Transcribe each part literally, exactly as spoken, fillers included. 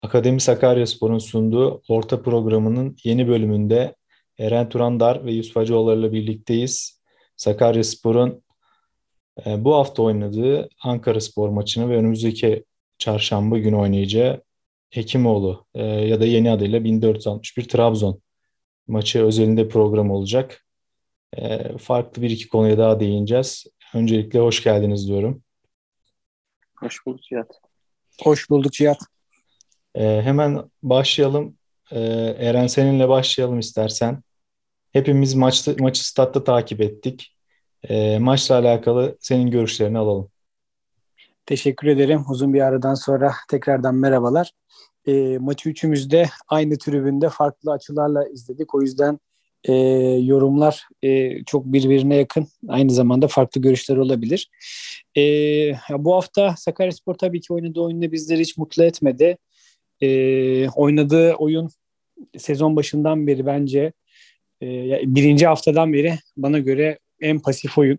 Akademi Sakaryaspor'un sunduğu Orta programının yeni bölümünde Eren Turandar ve Yusuf Hacıoğlu ile birlikteyiz. Sakaryaspor'un e, bu hafta oynadığı Ankaraspor maçını ve önümüzdeki çarşamba günü oynayacağı Hekimoğlu e, ya da yeni adıyla bin dört yüz altmış bir Trabzon maçı özelinde program olacak. E, farklı bir iki konuya daha değineceğiz. Öncelikle hoş geldiniz diyorum. Hoş bulduk Cihat. Hoş bulduk Cihat. E, hemen başlayalım. E, Eren seninle başlayalım istersen. Hepimiz maçta, maçı statta takip ettik. E, maçla alakalı senin görüşlerini alalım. Teşekkür ederim. Uzun bir aradan sonra tekrardan merhabalar. E, maçı üçümüz de aynı tribünde farklı açılarla izledik. O yüzden e, yorumlar e, çok birbirine yakın. Aynı zamanda farklı görüşler olabilir. E, ya bu hafta Sakaryaspor tabii ki oynadığı oyunla bizleri hiç mutlu etmedi. E, oynadığı oyun sezon başından beri bence e, birinci haftadan beri bana göre en pasif oyun.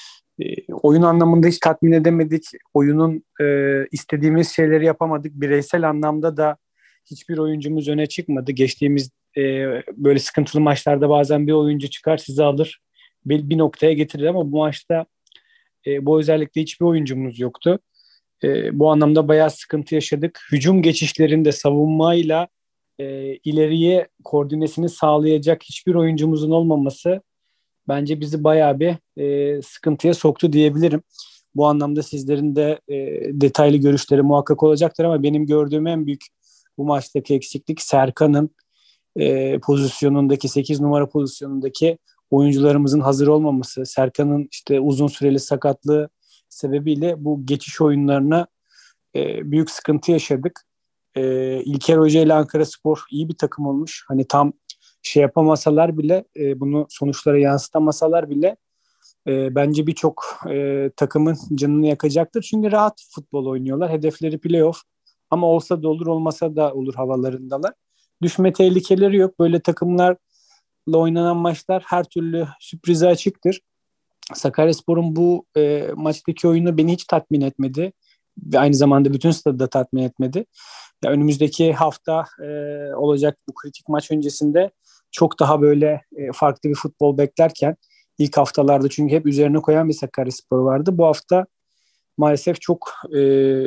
E, oyun anlamında hiç tatmin edemedik. Oyunun e, istediğimiz şeyleri yapamadık. Bireysel anlamda da hiçbir oyuncumuz öne çıkmadı. Geçtiğimiz e, böyle sıkıntılı maçlarda bazen bir oyuncu çıkar sizi alır. Bir, bir noktaya getirir ama bu maçta e, bu özellikle hiçbir oyuncumuz yoktu. E, bu anlamda bayağı sıkıntı yaşadık. Hücum geçişlerinde savunmayla e, ileriye koordinesini sağlayacak hiçbir oyuncumuzun olmaması bence bizi bayağı bir e, sıkıntıya soktu diyebilirim. Bu anlamda sizlerin de e, detaylı görüşleri muhakkak olacaktır ama benim gördüğüm en büyük bu maçtaki eksiklik Serkan'ın e, pozisyonundaki sekiz numara pozisyonundaki oyuncularımızın hazır olmaması. Serkan'ın işte uzun süreli sakatlığı sebebiyle bu geçiş oyunlarına e, büyük sıkıntı yaşadık. E, İlker Hoca ile Ankaraspor iyi bir takım olmuş. Hani tam şey yapamasalar bile e, bunu sonuçlara yansıtamasalar bile e, bence birçok e, takımın canını yakacaktır. Çünkü rahat futbol oynuyorlar. Hedefleri playoff. Ama olsa da olur olmasa da olur havalarındalar. Düşme tehlikeleri yok. Böyle takımlarla oynanan maçlar her türlü sürprize açıktır. Sakaryaspor'un bu e, maçtaki oyunu beni hiç tatmin etmedi. Ve aynı zamanda bütün stadı da tatmin etmedi. Ya önümüzdeki hafta e, olacak bu kritik maç öncesinde çok daha böyle e, farklı bir futbol beklerken ilk haftalarda çünkü hep üzerine koyan bir Sakaryaspor vardı. Bu hafta maalesef çok e,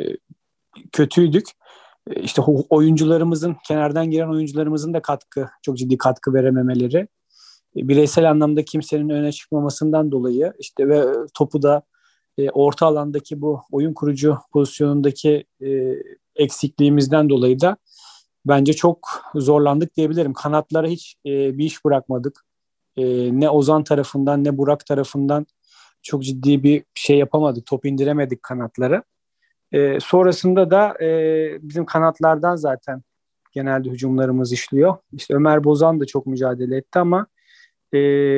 kötüydük. E, işte oyuncularımızın, kenardan giren oyuncularımızın da katkı, çok ciddi katkı verememeleri. E, bireysel anlamda kimsenin öne çıkmamasından dolayı işte ve topu da e, orta alandaki bu oyun kurucu pozisyonundaki e, eksikliğimizden dolayı da bence çok zorlandık diyebilirim. Kanatlara hiç e, bir iş bırakmadık. E, ne Ozan tarafından ne Burak tarafından çok ciddi bir şey yapamadık. Top indiremedik kanatlara. E, sonrasında da e, bizim kanatlardan zaten genelde hücumlarımız işliyor. İşte Ömer Bozan da çok mücadele etti ama e,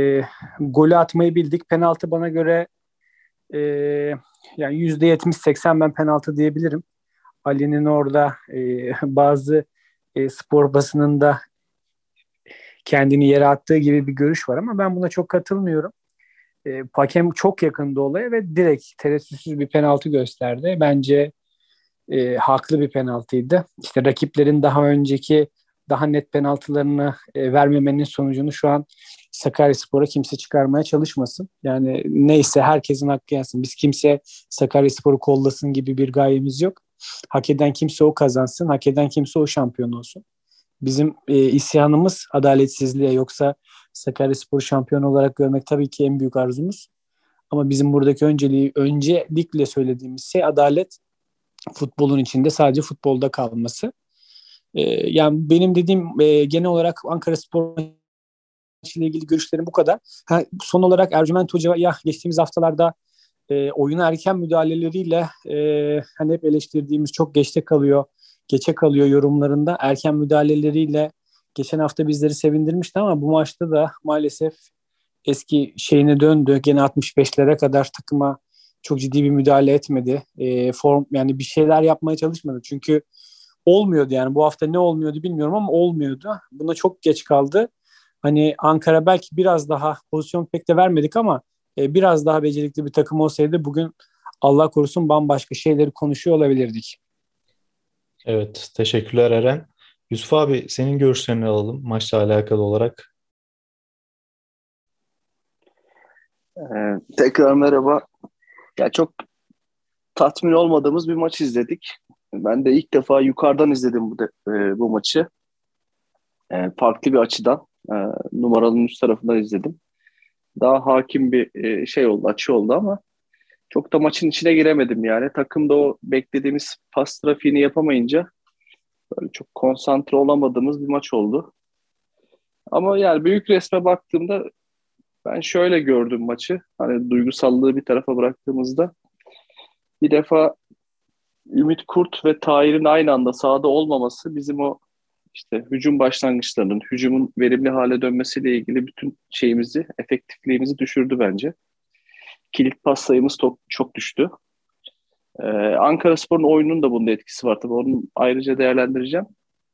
golü atmayı bildik. Penaltı bana göre e, yani yüzde yetmiş seksen ben penaltı diyebilirim. Ali'nin orada e, bazı e, spor basınında kendini yere attığı gibi bir görüş var ama ben buna çok katılmıyorum. E, hakem çok yakındı olaya ve direkt tereddütsüz bir penaltı gösterdi. Bence e, haklı bir penaltıydı. İşte rakiplerin daha önceki daha net penaltılarını e, vermemenin sonucunu şu an Sakaryaspor'a kimse çıkarmaya çalışmasın. Yani neyse herkesin hakkı yensin. Biz kimse Sakaryaspor'u kollasın gibi bir gayemiz yok. Hak eden kimse o kazansın. Hak eden kimse o şampiyon olsun. Bizim e, isyanımız adaletsizliğe, yoksa Sakaryaspor'u şampiyon olarak görmek tabii ki en büyük arzumuz. Ama bizim buradaki önceliği, öncelikle söylediğimiz şey adalet, futbolun içinde sadece futbolda kalması. Ee, yani benim dediğim e, genel olarak Ankaraspor ile ilgili görüşlerim bu kadar. Ha, son olarak Ercüment Hoca'ya geçtiğimiz haftalarda e, oyuna erken müdahaleleriyle e, hani hep eleştirdiğimiz çok geçte kalıyor, geçe kalıyor yorumlarında. Erken müdahaleleriyle geçen hafta bizleri sevindirmişti ama bu maçta da maalesef eski şeyine döndü. Gene altmış beşlere kadar takıma çok ciddi bir müdahale etmedi. E, form yani bir şeyler yapmaya çalışmadı. Çünkü olmuyordu yani. Bu hafta ne olmuyordu bilmiyorum ama olmuyordu. Buna çok geç kaldı. Hani Ankara belki biraz daha pozisyon pek de vermedik ama e, biraz daha becerikli bir takım olsaydı bugün Allah korusun bambaşka şeyleri konuşuyor olabilirdik. Evet, teşekkürler Eren. Yusuf abi senin görüşlerini alalım maçla alakalı olarak. Ee, tekrar merhaba. Ya çok tatmin olmadığımız bir maç izledik. Ben de ilk defa yukarıdan izledim bu, de, e, bu maçı. E, farklı bir açıdan. E, numaranın üst tarafından izledim. Daha hakim bir e, şey oldu, açı oldu ama çok da maçın içine giremedim yani. Takımda o beklediğimiz pas trafiğini yapamayınca böyle çok konsantre olamadığımız bir maç oldu. Ama yani büyük resme baktığımda ben şöyle gördüm maçı. Hani duygusallığı bir tarafa bıraktığımızda bir defa Ümit Kurt ve Tahir'in aynı anda sahada olmaması bizim o işte hücum başlangıçlarının, hücumun verimli hale dönmesiyle ilgili bütün şeyimizi, efektifliğimizi düşürdü bence. Kilit pas sayımız çok, çok düştü. Ee, Ankaraspor'un oyununun da bunda etkisi var tabii. Onu ayrıca değerlendireceğim.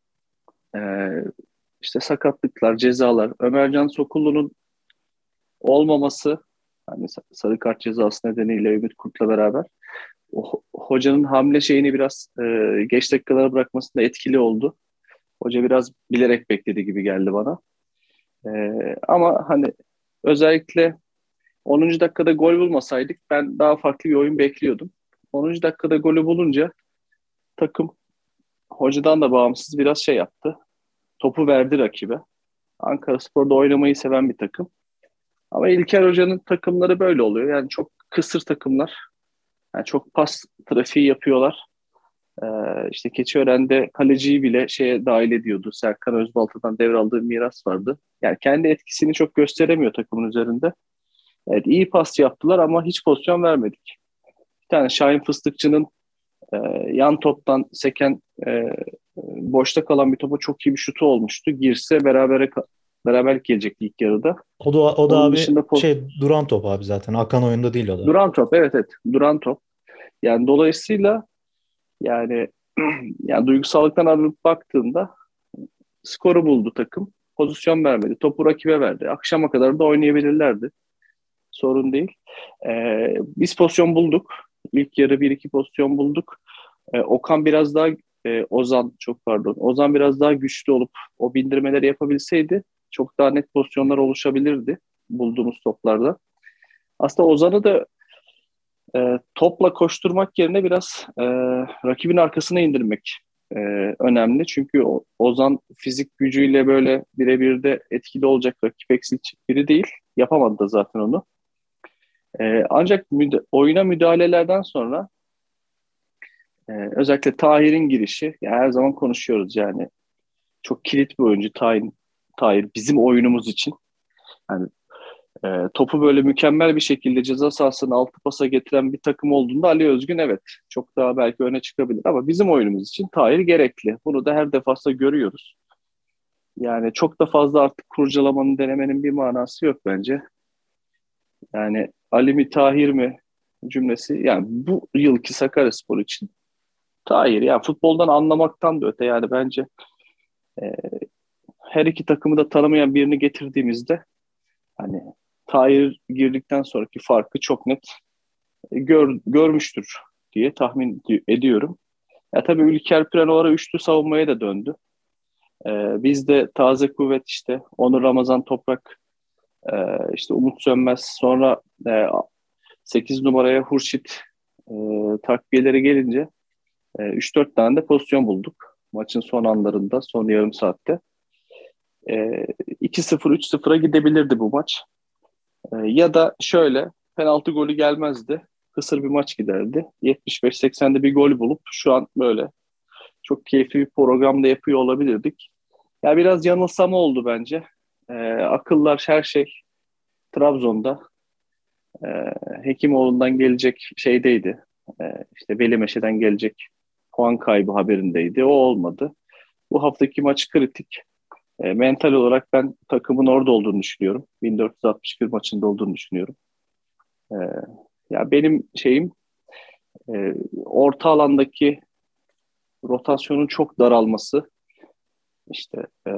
Ee, işte sakatlıklar, cezalar, Ömercan Sokullu'nun olmaması, hani sarı kart cezası nedeniyle Ümit Kurt'la beraber o, hocanın hamle şeyini biraz e, geç dakikalara bırakmasında etkili oldu. Hoca biraz bilerek bekledi gibi geldi bana. Ee, ama hani özellikle onuncu dakikada gol bulmasaydık ben daha farklı bir oyun bekliyordum. onuncu dakikada golü bulunca takım hocadan da bağımsız biraz şey yaptı. Topu verdi rakibe. Ankaraspor'da oynamayı seven bir takım. Ama İlker Hoca'nın takımları böyle oluyor. Yani çok kısır takımlar. Yani çok pas trafiği yapıyorlar. Ee, işte Keçiören'de kaleciyi bile şeye dahil ediyordu. Serkan Özbalta'dan devraldığı miras vardı. Yani kendi etkisini çok gösteremiyor takımın üzerinde. Evet, iyi pas yaptılar ama hiç pozisyon vermedik. Bir tane Şahin Fıstıkçı'nın e, yan toptan seken e, boşta kalan bir topa çok iyi bir şutu olmuştu. Girse berabere beraber gelecekti ilk yarıda. O da, o da Onun abi dışında poz- şey duran top abi zaten. Akan oyunda değil o da. duran top, evet evet, duran top. Yani dolayısıyla yani yani duygusallıktan arınıp baktığında skoru buldu takım. Pozisyon vermedi. Topu rakibe verdi. Akşama kadar da oynayabilirlerdi. Sorun değil. Ee, biz pozisyon bulduk. İlk yarı bir iki pozisyon bulduk. Ee, Okan biraz daha e, Ozan çok pardon. Ozan biraz daha güçlü olup o bindirmeleri yapabilseydi çok daha net pozisyonlar oluşabilirdi bulduğumuz toplarda. Aslında Ozan'ı da e, topla koşturmak yerine biraz e, rakibin arkasına indirmek e, önemli. Çünkü o, Ozan fizik gücüyle böyle birebir de etkili olacak rakip eksiltecek biri değil. Yapamadı da zaten onu. E, ancak müda- oyuna müdahalelerden sonra e, özellikle Tahir'in girişi, yani her zaman konuşuyoruz yani çok kilit bir oyuncu Tahir, Tahir bizim oyunumuz için. Yani e, topu böyle mükemmel bir şekilde ceza sahasının altı pasa getiren bir takım olduğunda Ali Özgün evet çok daha belki öne çıkabilir ama bizim oyunumuz için Tahir gerekli. Bunu da her defasında görüyoruz. Yani çok da fazla artık kurcalamanın denemenin bir manası yok bence. Yani Ali mi Tahir mi cümlesi yani bu yılki Sakaryaspor için Tahir yani futboldan anlamaktan da öte yani bence e, her iki takımı da tanımayan birini getirdiğimizde hani Tahir girdikten sonraki farkı çok net gör, görmüştür diye tahmin ediyorum. Ya tabii Ülker Piranova'ya üçlü savunmaya da döndü. Ee, biz de taze kuvvet işte Onur Ramazan Toprak, e, işte Umut Sönmez sonra e, sekiz numaraya Hurşit e, takviyeleri gelince e, üç dört tane de pozisyon bulduk. Maçın son anlarında, son yarım saatte. E, iki sıfır üç sıfıra gidebilirdi bu maç. E, ya da şöyle penaltı golü gelmezdi. Kısır bir maç giderdi. yetmiş beş seksende bir gol bulup şu an böyle çok keyifli bir programda yapıyor olabilirdik. Ya biraz yanılsama oldu bence. E, akıllar her şey Trabzon'da. E, Hekimoğlu'ndan gelecek şeydeydi. E, işte Veli Meşe'den gelecek puan kaybı haberindeydi. O olmadı. Bu haftaki maç kritik. E, mental olarak ben takımın orada olduğunu düşünüyorum. bin dört yüz altmış bir maçında olduğunu düşünüyorum. E, ya benim şeyim e, orta alandaki rotasyonun çok daralması. İşte e,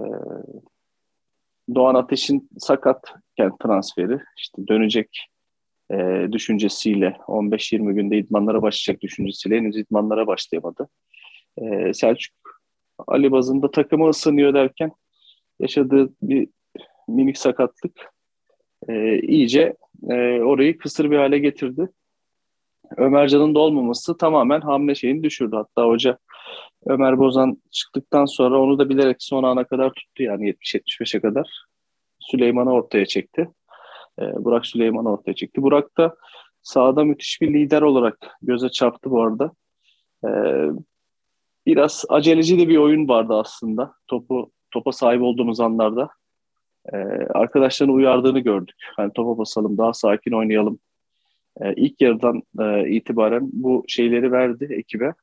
Doğan Ateş'in sakatken transferi, işte dönecek e, düşüncesiyle on beş yirmi günde idmanlara başlayacak düşüncesiyle henüz idmanlara başlayamadı. E, Selçuk Ali bazında takımı ısınıyor derken yaşadığı bir minik sakatlık e, iyice e, orayı kısır bir hale getirdi. Ömercan'ın da olmaması tamamen hamle şeyini düşürdü. Hatta hoca Ömer Bozan çıktıktan sonra onu da bilerek son ana kadar tuttu, yani yetmiş yetmiş beşe kadar. Süleyman'ı ortaya çekti. Ee, Burak Süleyman'ı ortaya çekti. Burak da sahada müthiş bir lider olarak göze çarptı bu arada. Ee, Biraz aceleci de bir oyun vardı aslında. Topu topa sahip olduğumuz anlarda. Ee, Arkadaşların uyardığını gördük. Hani topa basalım, daha sakin oynayalım. Ee, ilk yarıdan e, itibaren bu şeyleri verdi ekibe.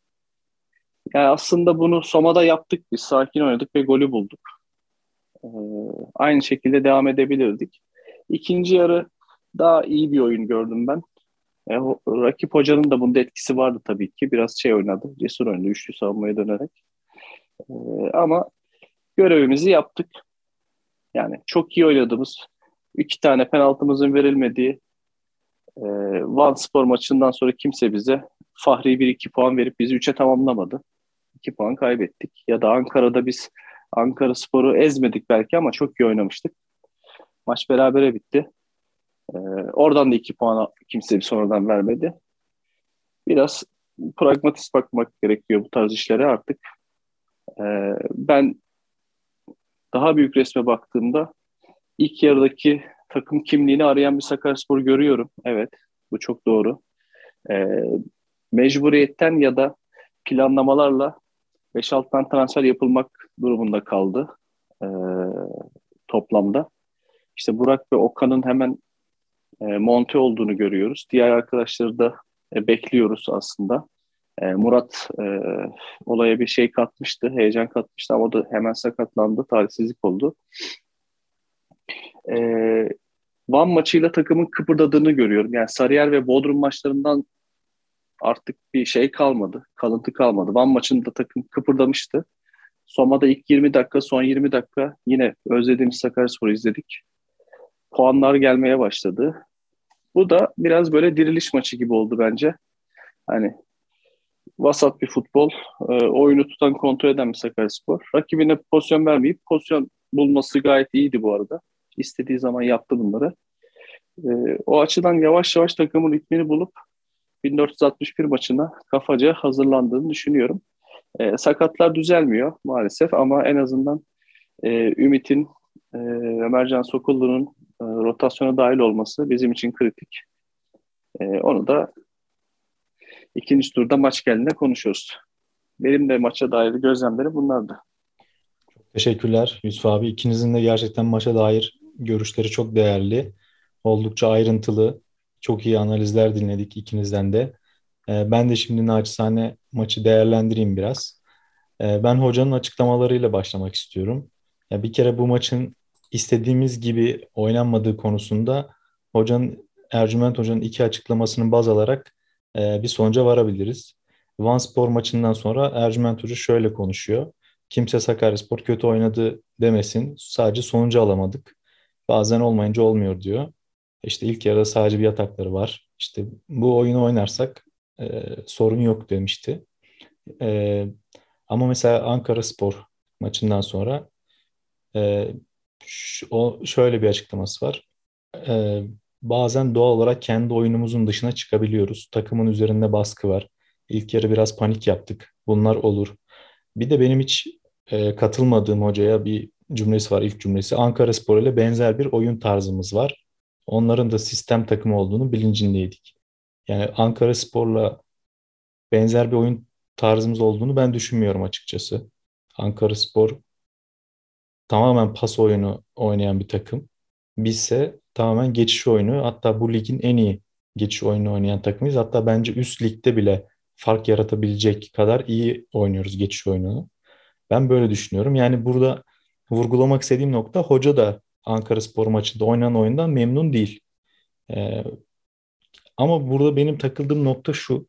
Yani aslında bunu Soma'da yaptık biz. Sakin oynadık ve golü bulduk. Ee, Aynı şekilde devam edebilirdik. İkinci yarı daha iyi bir oyun gördüm ben. E, o- rakip hocanın da bunda etkisi vardı tabii ki. Biraz şey oynadı, cesur oynadı, üçlü savunmaya dönerek. E, Ama görevimizi yaptık. Yani çok iyi oynadığımız, iki tane penaltımızın verilmediği e, Van Spor maçından sonra kimse bize fahri bir iki puan verip bizi üçe tamamlamadı. iki puan kaybettik. Ya da Ankara'da biz Ankara Spor'u ezmedik belki ama çok iyi oynamıştık. Maç berabere bitti. Ee, Oradan da iki puan kimse bir sonradan vermedi. Biraz pragmatist bakmak gerekiyor bu tarz işlere artık. Ee, ben daha büyük resme baktığımda ilk yarıdaki takım kimliğini arayan bir Sakaryaspor görüyorum. Evet, bu çok doğru. Ee, Mecburiyetten ya da planlamalarla beş altı tane transfer yapılmak durumunda kaldı ee, toplamda. İşte Burak ve Okan'ın hemen e, monte olduğunu görüyoruz. Diğer arkadaşları da e, bekliyoruz aslında. E, Murat e, olaya bir şey katmıştı, heyecan katmıştı ama o da hemen sakatlandı, talihsizlik oldu. E, Van maçıyla takımın kıpırdadığını görüyorum. Yani Sarıyer ve Bodrum maçlarından artık bir şey kalmadı, kalıntı kalmadı. Van maçında takım kıpırdamıştı. Soma'da ilk yirmi dakika, son yirmi dakika yine özlediğimiz Sakaryaspor'u izledik. Puanlar gelmeye başladı. Bu da biraz böyle diriliş maçı gibi oldu bence. Hani vasat bir futbol, e, oyunu tutan, kontrol eden bir Sakaryaspor. Rakibine pozisyon vermeyip pozisyon bulması gayet iyiydi bu arada. İstediği zaman yaptı bunları. E, O açıdan yavaş yavaş takımın ritmini bulup bin dört yüz altmış bir maçına kafaca hazırlandığını düşünüyorum. E, sakatlar düzelmiyor maalesef ama en azından e, Ümit'in, e, Ömercan Sokullu'nun e, rotasyona dahil olması bizim için kritik. E, onu da ikinci turda maç geldiğinde konuşuruz. Benim de maça dair gözlemlerim bunlardı. Teşekkürler Yusuf abi. İkinizin de gerçekten maça dair görüşleri çok değerli. Oldukça ayrıntılı, çok iyi analizler dinledik ikinizden de. Ee, Ben de şimdi naçizane maçı değerlendireyim biraz. Ee, Ben hocanın açıklamalarıyla başlamak istiyorum. Ya bir kere bu maçın istediğimiz gibi oynanmadığı konusunda hocanın Ercüment Hoca'nın iki açıklamasını baz alarak e, bir sonuca varabiliriz. Vanspor maçından sonra Ercüment Hoca şöyle konuşuyor. Kimse Sakaryaspor kötü oynadı demesin. Sadece sonucu alamadık. Bazen olmayınca olmuyor diyor. İşte ilk yarıda sadece bir atakları var. İşte bu oyunu oynarsak e, sorun yok demişti. E, Ama mesela Ankaraspor maçından sonra e, ş- o şöyle bir açıklaması var. E, Bazen doğal olarak kendi oyunumuzun dışına çıkabiliyoruz. Takımın üzerinde baskı var. İlk yarı biraz panik yaptık. Bunlar olur. Bir de benim hiç e, katılmadığım hocaya bir cümlesi var, ilk cümlesi. Ankaraspor ile benzer bir oyun tarzımız var. Onların da sistem takımı olduğunu bilincindeydik. Yani Ankaraspor'la benzer bir oyun tarzımız olduğunu ben düşünmüyorum açıkçası. Ankaraspor tamamen pas oyunu oynayan bir takım. Bizse tamamen geçiş oyunu, hatta bu ligin en iyi geçiş oyunu oynayan takımıyız. Hatta bence üst ligde bile fark yaratabilecek kadar iyi oynuyoruz geçiş oyununu. Ben böyle düşünüyorum. Yani burada vurgulamak istediğim nokta, hoca da Ankaraspor maçında oynanan oyundan memnun değil. Ee, Ama burada benim takıldığım nokta şu.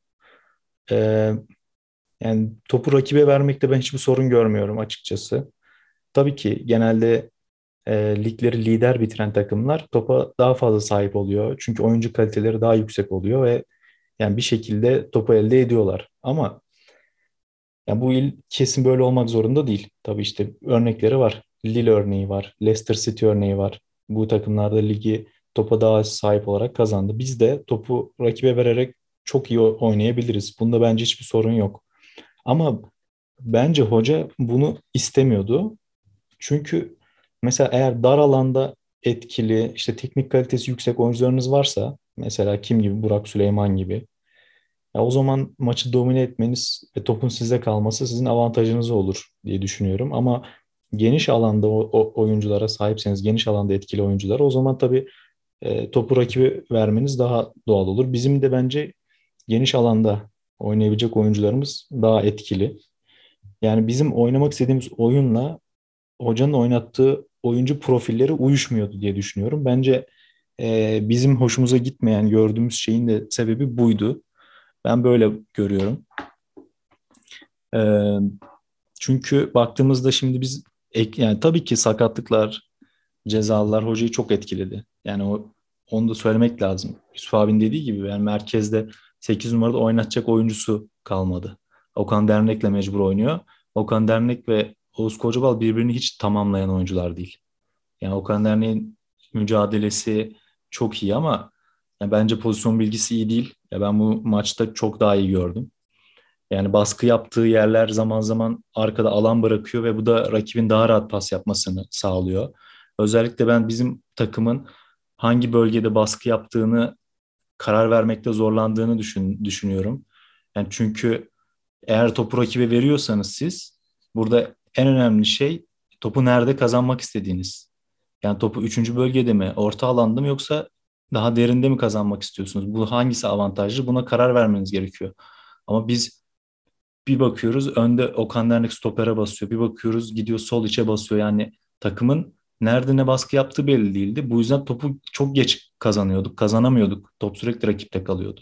Ee, Yani topu rakibe vermekte ben hiçbir sorun görmüyorum açıkçası. Tabii ki genelde e, ligleri lider bitiren takımlar topa daha fazla sahip oluyor. Çünkü oyuncu kaliteleri daha yüksek oluyor ve yani bir şekilde topu elde ediyorlar. Ama Ya bu il kesin böyle olmak zorunda değil. Tabii işte örnekleri var. Lille örneği var. Leicester City örneği var. Bu takımlarda ligi topa daha sahip olarak kazandı. Biz de topu rakibe vererek çok iyi o- oynayabiliriz. Bunda bence hiçbir sorun yok. Ama bence hoca bunu istemiyordu. Çünkü mesela eğer dar alanda etkili, işte teknik kalitesi yüksek oyuncularınız varsa, mesela kim gibi, Burak Süleyman gibi, ya o zaman maçı domine etmeniz ve topun sizde kalması sizin avantajınız olur diye düşünüyorum. Ama geniş alanda o, o oyunculara sahipseniz, geniş alanda etkili oyuncular, o zaman tabii e, topu rakibe vermeniz daha doğal olur. Bizim de bence geniş alanda oynayabilecek oyuncularımız daha etkili. Yani bizim oynamak istediğimiz oyunla hocanın oynattığı oyuncu profilleri uyuşmuyordu diye düşünüyorum. Bence e, bizim hoşumuza gitmeyen, gördüğümüz şeyin de sebebi buydu. Ben böyle görüyorum. E, Çünkü baktığımızda şimdi biz ek, yani tabii ki sakatlıklar, cezalar hocayı çok etkiledi. Yani o onu da söylemek lazım. Yusuf abinin dediği gibi, yani merkezde sekiz numarada oynatacak oyuncusu kalmadı. Okan Dernek'le mecbur oynuyor. Okan Dernek ve Oğuz Kocabal birbirini hiç tamamlayan oyuncular değil. Yani Okan Dernek'in mücadelesi çok iyi ama yani bence pozisyon bilgisi iyi değil. Ya ben bu maçta çok daha iyi gördüm. Yani baskı yaptığı yerler zaman zaman arkada alan bırakıyor ve bu da rakibin daha rahat pas yapmasını sağlıyor. Özellikle ben bizim takımın hangi bölgede baskı yaptığını karar vermekte zorlandığını düşün, düşünüyorum. Yani çünkü eğer topu rakibe veriyorsanız siz, burada en önemli şey topu nerede kazanmak istediğiniz. Yani topu üçüncü bölgede mi, orta alanda mı, yoksa daha derinde mi kazanmak istiyorsunuz? Bu hangisi avantajlı? Buna karar vermeniz gerekiyor. Ama biz bir bakıyoruz önde Okan Dernek stopere basıyor. Bir bakıyoruz gidiyor sol içe basıyor. Yani takımın nerede ne baskı yaptığı belli değildi. Bu yüzden topu çok geç kazanıyorduk. Kazanamıyorduk. Top sürekli rakipte kalıyordu.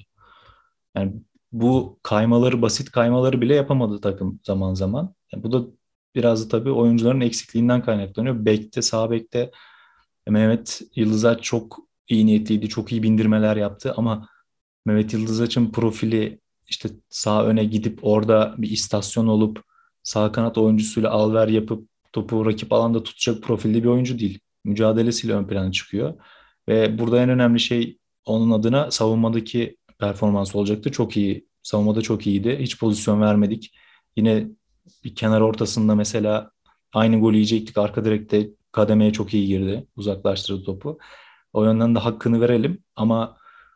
Yani bu kaymaları, basit kaymaları bile yapamadı takım zaman zaman. Yani bu da biraz da tabii oyuncuların eksikliğinden kaynaklanıyor. Bekte, sağ bekte Mehmet Yıldızaç çok iyi niyetliydi. Çok iyi bindirmeler yaptı ama Mehmet Yıldızaç'ın profili işte sağ öne gidip orada bir istasyon olup sağ kanat oyuncusuyla alver yapıp topu rakip alanda tutacak profilde bir oyuncu değil. Mücadelesiyle ön plana çıkıyor. Ve burada en önemli şey onun adına savunmadaki performans olacaktı. Çok iyi. Savunmada çok iyiydi. Hiç pozisyon vermedik. Yine bir kenar ortasında mesela aynı golü yiyecektik. Arka direkte kademeye çok iyi girdi. Uzaklaştırdı topu. O yönden de hakkını verelim ama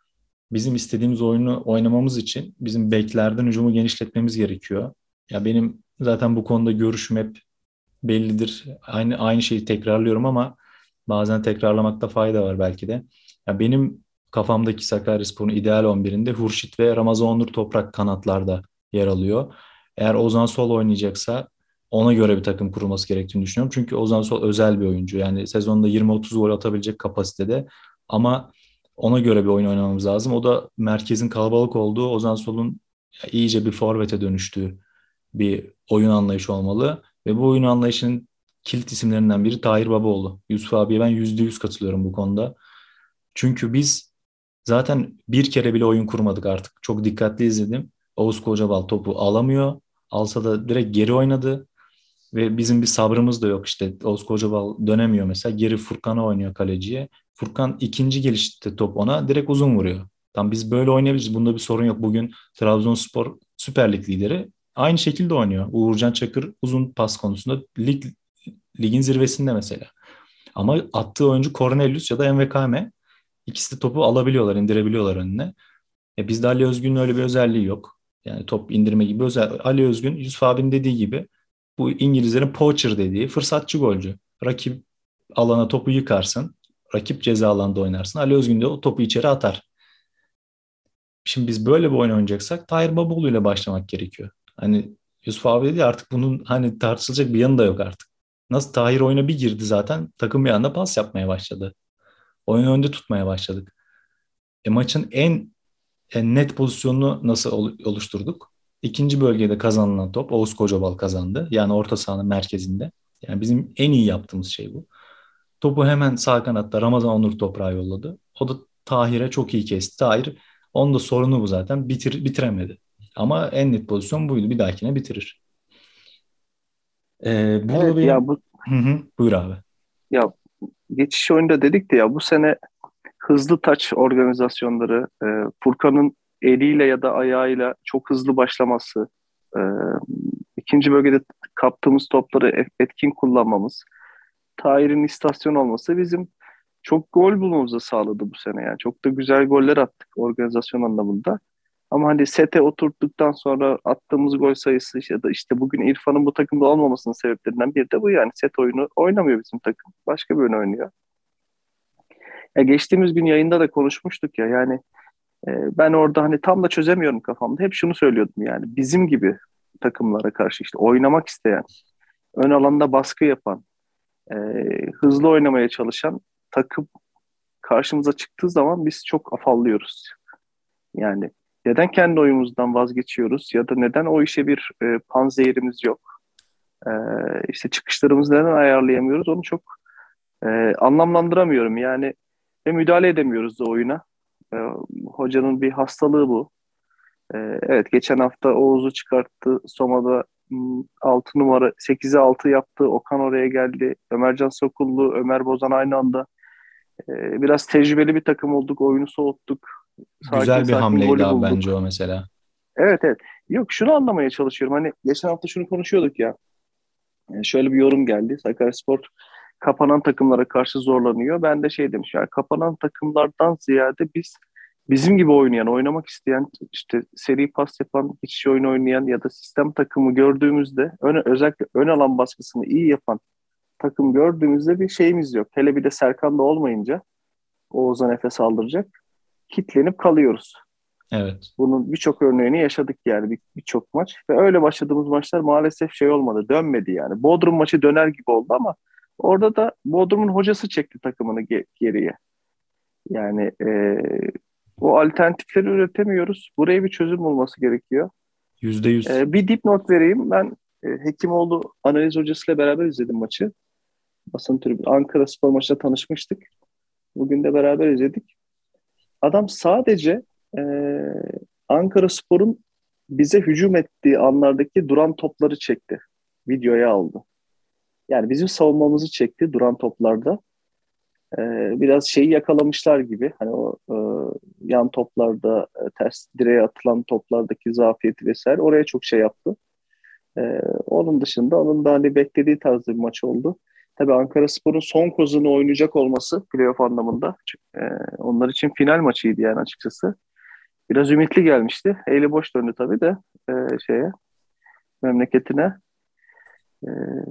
bizim istediğimiz oyunu oynamamız için bizim beklerden hücumu genişletmemiz gerekiyor. Ya benim zaten bu konuda görüşüm hep bellidir. Aynı aynı şeyi tekrarlıyorum ama bazen tekrarlamakta fayda var belki de. Ya benim kafamdaki Sakaryaspor'un ideal on birinde Hurşit ve Ramazan Onur Toprak kanatlarda yer alıyor. Eğer Ozan Sol oynayacaksa ona göre bir takım kurulması gerektiğini düşünüyorum. Çünkü Ozan Sol özel bir oyuncu. Yani sezonda yirmi otuz gol atabilecek kapasitede ama ona göre bir oyun oynamamız lazım. O da merkezin kalabalık olduğu, Ozan Sol'un iyice bir forvete dönüştüğü bir oyun anlayışı olmalı. Ve bu oyun anlayışının kilit isimlerinden biri Tahir Babaoğlu. Yusuf abiye ben yüzde yüz katılıyorum bu konuda. Çünkü biz zaten bir kere bile oyun kurmadık artık. Çok dikkatli izledim. Oğuz Kocabal topu alamıyor. Alsa da direkt geri oynadı. Ve bizim bir sabrımız da yok işte. Oğuz Kocabal dönemiyor mesela. Geri Furkan'a oynuyor kaleciye. Furkan ikinci gelişte top ona direkt uzun vuruyor. Tam biz böyle oynayabiliriz. Bunda bir sorun yok. Bugün Trabzonspor Süper Lig lideri aynı şekilde oynuyor. Uğurcan Çakır uzun pas konusunda lig, ligin zirvesinde mesela. Ama attığı oyuncu Cornelius ya da Envekame, ikisi de topu alabiliyorlar, indirebiliyorlar önüne. E bizde Ali Özgün'ün öyle bir özelliği yok. Yani top indirme gibi özel. Ali Özgün, Yusuf abinin dediği gibi, bu İngilizlerin poacher dediği fırsatçı golcü. Rakip alana topu yıkarsın. Rakip ceza alanda oynarsın. Ali Özgün de o topu içeri atar. Şimdi biz böyle bir oyun oynayacaksak Tahir Babaoğlu ile başlamak gerekiyor. Hani Yusuf abi dedi ya, artık bunun hani tartışılacak bir yanı da yok artık. Nasıl Tahir oyuna bir girdi zaten takım bir anda pas yapmaya başladı. Oyunu önde tutmaya başladık. E maçın en, en net pozisyonunu nasıl ol- oluşturduk? İkinci bölgede kazanılan top Oğuz Kocabal kazandı. Yani orta sahanın merkezinde. Yani bizim en iyi yaptığımız şey bu. Topu hemen sağ kanatta Ramazan Onur Toprağa yolladı. O da Tahir'e çok iyi kesti. Tahir, onun da sorunu bu zaten. Bitir, bitiremedi. Ama en net pozisyon buydu. Bir dahakine bitirir. Ee, burada Evet ya benim... bu Hı hı, buyur abi. ya geçiş oyunda dedik de ya bu sene hızlı taç organizasyonları, e, Furkan'ın eliyle ya da ayağıyla çok hızlı başlaması, e, ikinci bölgede kaptığımız topları e- etkin kullanmamız, Tahir'in istasyon olması bizim çok gol bulmamızı sağladı bu sene yani. Çok da güzel goller attık organizasyon anlamında. Ama hani sete oturttuktan sonra attığımız gol sayısı ya da işte bugün İrfan'ın bu takımda olmamasının sebeplerinden biri de bu yani. Set oyunu oynamıyor bizim takım. Başka bir oyun oynuyor. Ya geçtiğimiz gün yayında da konuşmuştuk ya yani e, ben orada hani tam da çözemiyorum kafamda. Hep şunu söylüyordum yani bizim gibi takımlara karşı işte oynamak isteyen, ön alanda baskı yapan, e, hızlı oynamaya çalışan takım karşımıza çıktığı zaman biz çok afallıyoruz. Yani neden kendi oyunumuzdan vazgeçiyoruz ya da neden o işe bir e, panzehirimiz yok? E, işte çıkışlarımızı neden ayarlayamıyoruz onu çok e, anlamlandıramıyorum. Yani ve müdahale edemiyoruz da oyuna. E, hocanın bir hastalığı bu. E, evet geçen hafta Oğuz'u çıkarttı. Soma'da altı numara sekize altı yaptı. Okan oraya geldi. Ömercan Sokullu, Ömer Bozan aynı anda. E, biraz tecrübeli bir takım olduk. Oyunu soğuttuk. Sakin Güzel bir sakin hamleydi golü abi bence bulduk. o mesela. Evet evet. Yok şunu anlamaya çalışıyorum. Hani geçen hafta şunu konuşuyorduk ya. Yani şöyle bir yorum geldi. Sakaryaspor kapanan takımlara karşı zorlanıyor. Ben de şey demiş ya kapanan takımlardan ziyade biz bizim gibi oynayan, oynamak isteyen, işte seri pas yapan, geçiş oyunu oynayan ya da sistem takımı gördüğümüzde ön, özellikle ön alan baskısını iyi yapan takım gördüğümüzde bir şeyimiz yok. Hele bir de Serkan da olmayınca Oğuz'a nefes aldıracak. Kitlenip kalıyoruz. Evet. Bunun birçok örneğini yaşadık yani bir- birçok maç. Ve öyle başladığımız maçlar maalesef şey olmadı, dönmedi yani. Bodrum maçı döner gibi oldu ama orada da Bodrum'un hocası çekti takımını ge- geriye. Yani e, o alternatifleri üretemiyoruz. Buraya bir çözüm bulması gerekiyor. Yüzde yüz. E, bir dipnot vereyim. Ben e, Hekimoğlu analiz hocasıyla beraber izledim maçı. Basın tribünü. Ankara Spor maçında tanışmıştık. Bugün de beraber izledik. Adam sadece e, Ankara Spor'un bize hücum ettiği anlardaki duran topları çekti. Videoya aldı. Yani bizim savunmamızı çekti duran toplarda. E, biraz şeyi yakalamışlar gibi. Hani o e, yan toplarda e, ters direğe atılan toplardaki zafiyeti vesaire oraya çok şey yaptı. E, onun dışında onun da hani beklediği tarzda bir maç oldu. Tabii Ankaraspor'un son kozunu oynayacak olması playoff anlamında e, onlar için final maçıydı yani açıkçası. Biraz ümitli gelmişti. Eli boş döndü tabii de e, şeye memleketine. E,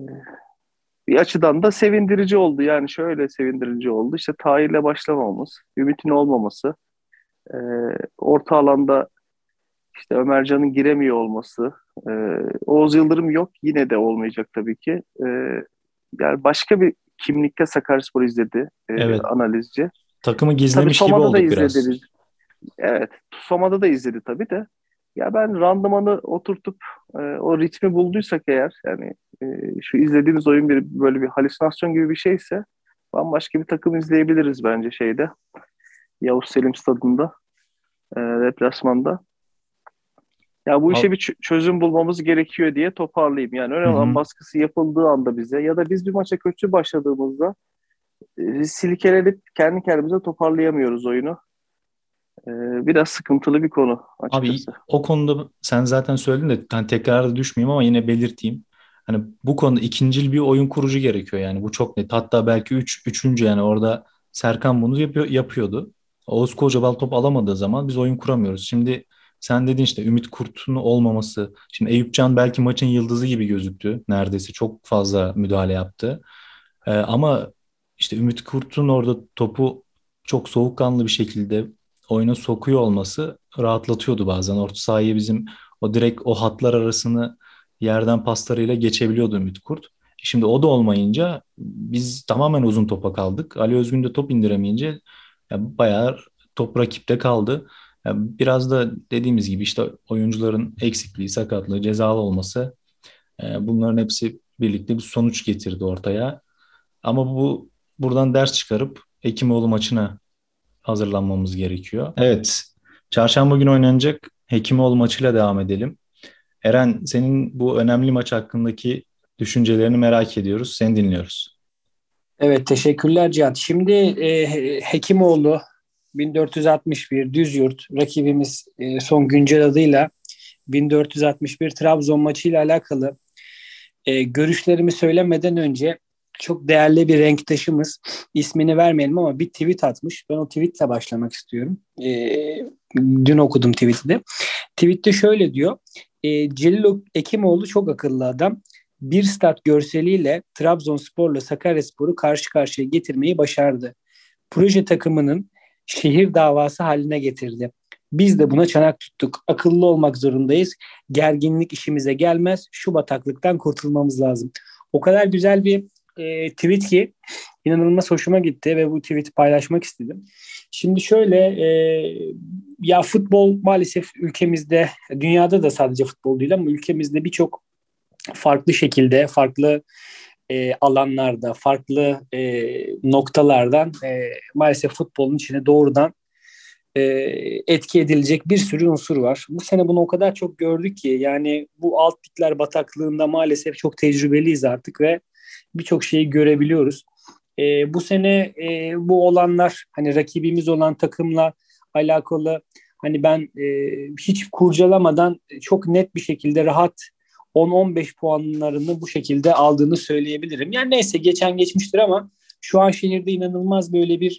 bir açıdan da sevindirici oldu. Yani şöyle sevindirici oldu. İşte Tahir'le başlamamız, Ümit'in olmaması, e, orta alanda işte Ömercan'ın giremiyor olması, e, Oğuz Yıldırım yok yine de olmayacak tabii ki. E, yani başka bir kimlikte Sakaryaspor izledi e, Evet. analizci. Takımı Tabii gizlemiş gibi Soma'da da olduk biraz. izledi. Evet, Soma'da da izledi tabii de. Ya ben randımanı oturtup e, o ritmi bulduysak eğer yani e, şu izlediğimiz oyun bir böyle bir halüsinasyon gibi bir şeyse bambaşka bir takım izleyebiliriz bence şeyde. Yavuz Selim Stadı'nda, e, deplasmanda. Ya bu işe Al- bir ç- çözüm bulmamız gerekiyor diye toparlayayım. Yani önemli Hı olan hı. baskısı yapıldığı anda bize ya da biz bir maça kötü başladığımızda e, silkelenip kendi kendimize toparlayamıyoruz oyunu. E, biraz sıkıntılı bir konu Abi açıkçası. o konuda sen zaten söyledin de hani tekrar da düşmeyeyim ama yine belirteyim. Hani bu konuda ikincil bir oyun kurucu gerekiyor yani bu çok net. Hatta belki üç, üçüncü yani orada Serkan bunu yapıyor, yapıyordu. Oğuz Kocaman top alamadığı zaman biz oyun kuramıyoruz. Şimdi sen dedin işte Ümit Kurt'un olmaması. Şimdi Eyüpcan belki maçın yıldızı gibi gözüktü. Neredeyse çok fazla müdahale yaptı. Ee, ama işte Ümit Kurt'un orada topu çok soğukkanlı bir şekilde oyuna sokuyor olması rahatlatıyordu bazen. Orta sahayı bizim o direkt o hatlar arasını yerden paslarıyla geçebiliyordu Ümit Kurt. Şimdi o da olmayınca biz tamamen uzun topa kaldık. Ali Özgün de top indiremeyince ya bayağı top rakipte kaldı. Ya biraz da dediğimiz gibi işte oyuncuların eksikliği, sakatlığı, cezalı olması e, bunların hepsi birlikte bir sonuç getirdi ortaya. Ama bu buradan ders çıkarıp Hekimoğlu maçına hazırlanmamız gerekiyor. Evet, çarşamba günü oynanacak Hekimoğlu maçıyla devam edelim. Eren, senin bu önemli maç hakkındaki düşüncelerini merak ediyoruz. Seni dinliyoruz. Evet, teşekkürler Cihat. Şimdi e, Hekimoğlu bin dört yüz altmış bir Düzyurt rakibimiz, e, son güncel adıyla bin dört yüz altmış bir Trabzon maçıyla alakalı e, görüşlerimi söylemeden önce çok değerli bir renktaşımız, ismini vermeyelim ama bir tweet atmış. Ben o tweetle başlamak istiyorum. E, dün okudum tweet'i de. Tweette şöyle diyor. E, Celil Ekimoğlu çok akıllı adam. Bir stat görseliyle Trabzonspor'la Sakaryaspor'u karşı karşıya getirmeyi başardı. Proje takımının şehir davası haline getirdi. Biz de buna çanak tuttuk. Akıllı olmak zorundayız. Gerginlik işimize gelmez. Şu bataklıktan kurtulmamız lazım. O kadar güzel bir e, tweet ki inanılmaz hoşuma gitti ve bu tweet'i paylaşmak istedim. Şimdi şöyle, e, ya futbol maalesef ülkemizde, dünyada da sadece futbol değil ama ülkemizde birçok farklı şekilde, farklı e, alanlarda, farklı e, noktalardan e, maalesef futbolun içine doğrudan e, etki edilecek bir sürü unsur var. Bu sene bunu o kadar çok gördük ki, yani bu alt ligler bataklığında maalesef çok tecrübeliyiz artık ve birçok şeyi görebiliyoruz. E, bu sene e, bu olanlar, hani rakibimiz olan takımla alakalı, hani ben e, hiç kurcalamadan çok net bir şekilde rahat on on beş puanlarını bu şekilde aldığını söyleyebilirim. Yani neyse, geçen geçmiştir ama şu an şehirde inanılmaz böyle bir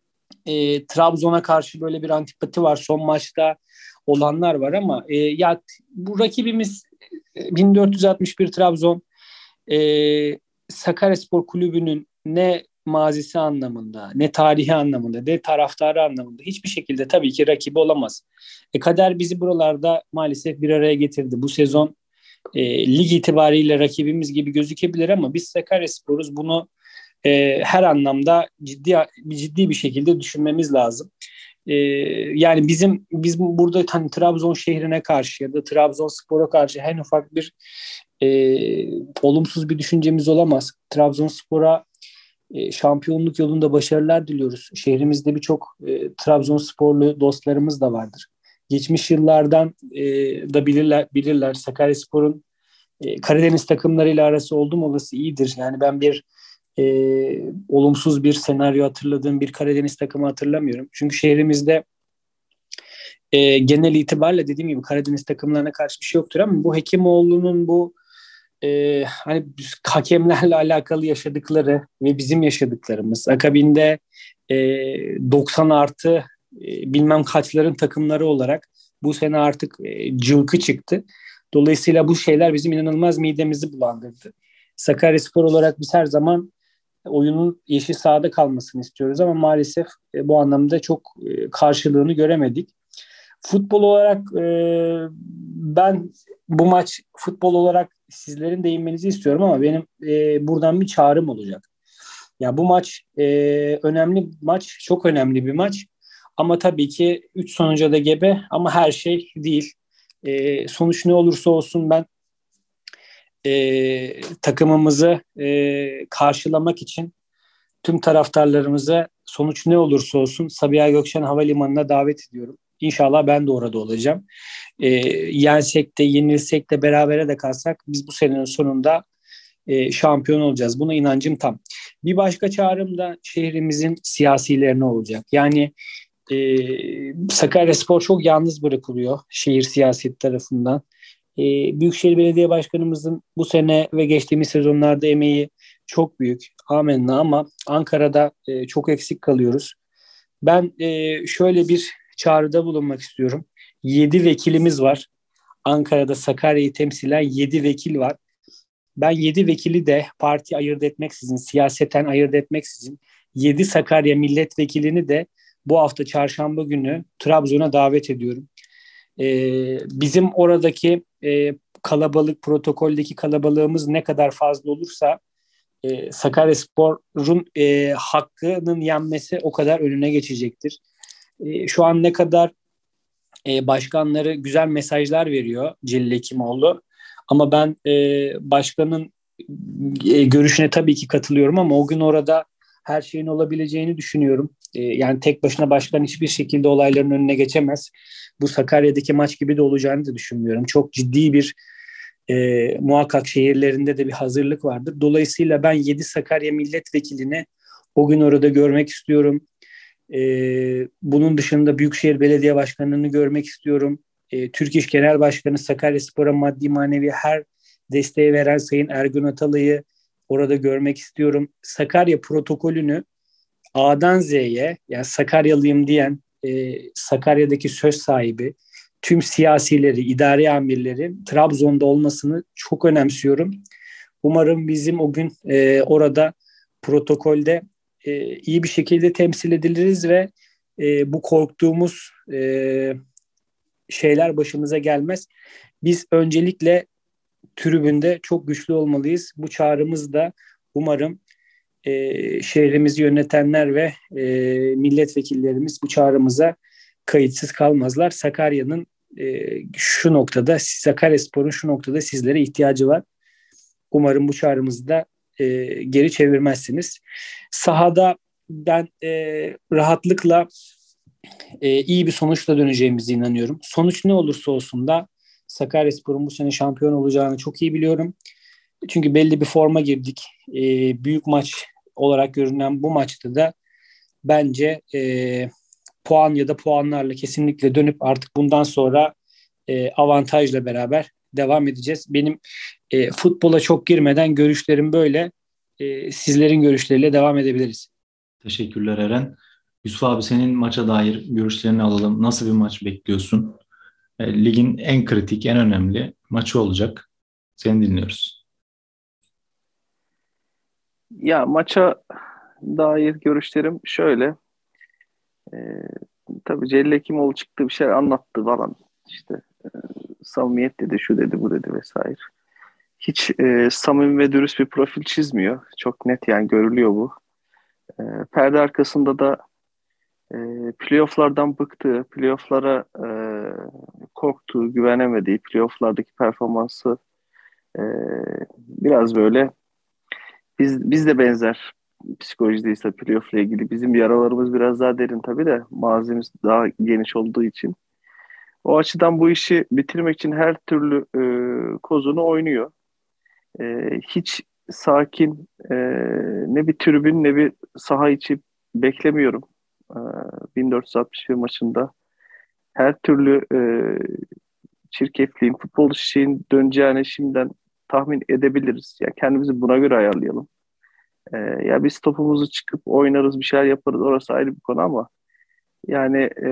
e, Trabzon'a karşı böyle bir antipati var. Son maçta olanlar var ama e, ya bu rakibimiz e, bin dört yüz altmış bir Trabzon, e, Sakaryaspor Kulübü'nün ne mazisi anlamında, ne tarihi anlamında, ne taraftarı anlamında hiçbir şekilde tabii ki rakibi olamaz. E, kader bizi buralarda maalesef bir araya getirdi. Bu sezon e, lig itibariyle rakibimiz gibi gözükebilir ama biz Sakaryaspor'uz. Bunu e, her anlamda ciddi ciddi bir şekilde düşünmemiz lazım. E, yani bizim biz burada hani Trabzon şehrine karşı ya da Trabzonspor'a karşı en ufak bir e, olumsuz bir düşüncemiz olamaz. Trabzonspor'a e, şampiyonluk yolunda başarılar diliyoruz. Şehrimizde birçok e, Trabzonsporlu dostlarımız da vardır. Geçmiş yıllardan e, da bilirler, bilirler Sakaryaspor'un e, Karadeniz takımlarıyla arası oldum olası iyidir. Yani ben bir e, olumsuz bir senaryo hatırladığım bir Karadeniz takımı hatırlamıyorum. Çünkü şehrimizde e, genel itibariyle dediğim gibi Karadeniz takımlarına karşı bir şey yoktur ama bu Hekimoğlu'nun bu e, hani hakemlerle alakalı yaşadıkları ve bizim yaşadıklarımız, akabinde e, doksan artı e, bilmem kaçların takımları olarak bu sene artık e, cılkı çıktı. Dolayısıyla bu şeyler bizim inanılmaz midemizi bulandırdı. Sakaryaspor olarak biz her zaman oyunun yeşil sahada kalmasını istiyoruz ama maalesef e, bu anlamda çok e, karşılığını göremedik. Futbol olarak e, ben bu maç futbol olarak sizlerin değinmenizi istiyorum ama benim e, buradan bir çağrım olacak. Ya bu maç e, önemli maç, çok önemli bir maç. Ama tabii ki üç sonuca da gebe ama her şey değil. E, sonuç ne olursa olsun ben e, takımımızı e, karşılamak için tüm taraftarlarımıza sonuç ne olursa olsun Sabiha Gökçen Havalimanı'na davet ediyorum. İnşallah ben de orada olacağım. E, yensek de yenilsek de berabere de kalsak biz bu senenin sonunda e, şampiyon olacağız. Buna inancım tam. Bir başka çağrım da şehrimizin siyasilerine olacak. Yani e, Sakaryaspor çok yalnız bırakılıyor şehir siyaseti tarafından. E, Büyükşehir Belediye Başkanımızın bu sene ve geçtiğimiz sezonlarda emeği çok büyük. Amenna ama Ankara'da e, çok eksik kalıyoruz. Ben e, şöyle bir çağrıda bulunmak istiyorum. Yedi vekilimiz var. Ankara'da Sakarya'yı temsilen yedi vekil var. Ben yedi vekili de parti ayırt etmeksizin, siyaseten ayırt etmeksizin yedi Sakarya milletvekilini de bu hafta çarşamba günü Trabzon'a davet ediyorum. Ee, bizim oradaki e, kalabalık, protokoldeki kalabalığımız ne kadar fazla olursa e, Sakaryaspor'un e, hakkının yenmesi o kadar önüne geçecektir. E, şu an ne kadar e, başkanları güzel mesajlar veriyor Celil Hekimoğlu. Ama ben e, başkanın e, görüşüne tabii ki katılıyorum ama o gün orada her şeyin olabileceğini düşünüyorum. E, yani tek başına başkan hiçbir şekilde olayların önüne geçemez. Bu Sakarya'daki maç gibi de olacağını da düşünmüyorum. Çok ciddi bir e, muhakkak şehirlerinde de bir hazırlık vardır. Dolayısıyla ben yedi Sakarya milletvekilini o gün orada görmek istiyorum. E, bunun dışında Büyükşehir Belediye Başkanı'nı görmek istiyorum. E, Türk İş Genel Başkanı Sakaryaspor'a maddi manevi her desteği veren Sayın Ergün Atalay'ı orada görmek istiyorum. Sakarya protokolünü A'dan Z'ye, yani Sakaryalıyım diyen e, Sakarya'daki söz sahibi tüm siyasileri, idari amirleri Trabzon'da olmasını çok önemsiyorum. Umarım bizim o gün e, orada protokolde e, iyi bir şekilde temsil ediliriz ve e, bu korktuğumuz e, şeyler başımıza gelmez. Biz öncelikle tribünde çok güçlü olmalıyız. Bu çağrımız da umarım e, şehrimizi yönetenler ve e, milletvekillerimiz bu çağrımıza kayıtsız kalmazlar. Sakarya'nın e, şu noktada, Sakaryaspor'un şu noktada sizlere ihtiyacı var. Umarım bu çağrımızı da e, geri çevirmezsiniz. Sahada ben e, rahatlıkla e, iyi bir sonuçla döneceğimize inanıyorum. Sonuç ne olursa olsun da Sakaryaspor'un bu sene şampiyon olacağını çok iyi biliyorum. Çünkü belli bir forma girdik. E, büyük maç olarak görünen bu maçta da bence e, puan ya da puanlarla kesinlikle dönüp artık bundan sonra e, avantajla beraber devam edeceğiz. Benim e, futbola çok girmeden görüşlerim böyle. E, sizlerin görüşleriyle devam edebiliriz. Teşekkürler Eren. Yusuf abi, senin maça dair görüşlerini alalım. Nasıl bir maç bekliyorsun? E, ligin en kritik, en önemli maçı olacak. Seni dinliyoruz. Ya maça dair görüşlerim şöyle. E, tabii Celil Hekimoğlu çıktı, bir şey anlattı falan. İşte e, samimiyet dedi, şu dedi, bu dedi vesaire. Hiç e, samimi ve dürüst bir profil çizmiyor. Çok net yani, görülüyor bu. E, perde arkasında da e, playofflardan bıktığı, playofflara e, korktuğu, güvenemediği, playofflardaki performansı e, biraz böyle biz biz de benzer psikolojideyiz tabii playoff'la ilgili. Bizim yaralarımız biraz daha derin tabii de mazimiz daha geniş olduğu için. O açıdan bu işi bitirmek için her türlü e, kozunu oynuyor. E, hiç sakin e, ne bir tribün ne bir saha içi beklemiyorum. E, bin dört yüz altmış bir maçında her türlü e, çirkefliğin, futbol şeyin döneceğini şimdiden tahmin edebiliriz. Yani kendimizi buna göre ayarlayalım. E, ya biz topumuzu çıkıp oynarız, bir şeyler yaparız. Orası ayrı bir konu ama yani e,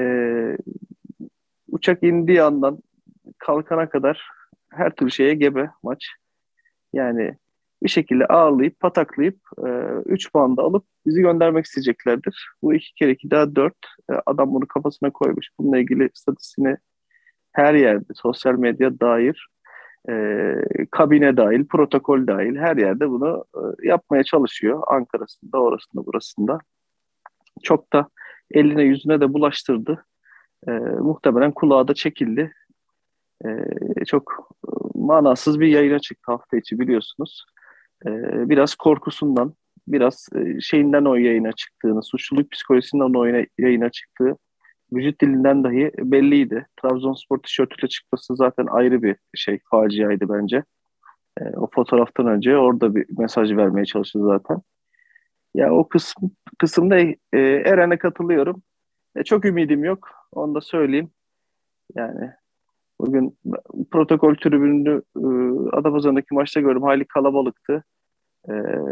uçak indiği andan kalkana kadar her türlü şeye gebe maç. Yani bir şekilde ağırlayıp pataklayıp e, üç puan da alıp bizi göndermek isteyeceklerdir. Bu iki kere iki daha dört. E, adam bunu kafasına koymuş. Bununla ilgili istatistiğini her yerde, sosyal medya dair, e, kabine dahil, protokol dahil her yerde bunu e, yapmaya çalışıyor. Ankara'sında, orasında, burasında. Çok da eline yüzüne de bulaştırdı. E, muhtemelen kulağı da çekildi. E, çok e, manasız bir yayına çıktı hafta içi, biliyorsunuz. E, biraz korkusundan, biraz e, şeyinden o yayına çıktığını, suçluluk psikolojisinden o yayına çıktığı vücut dilinden dahi belliydi. Trabzonspor tişörtüyle çıkması zaten ayrı bir şey, faciaydı bence. E, o fotoğraftan önce orada bir mesaj vermeye çalıştı zaten. Ya o kısım kısımda e, Eren'e katılıyorum. E, çok ümidim yok. Onu da söyleyeyim. Yani bugün protokol tribününü e, Adapazarı'ndaki maçta gördüm. Hayli kalabalıktı. E,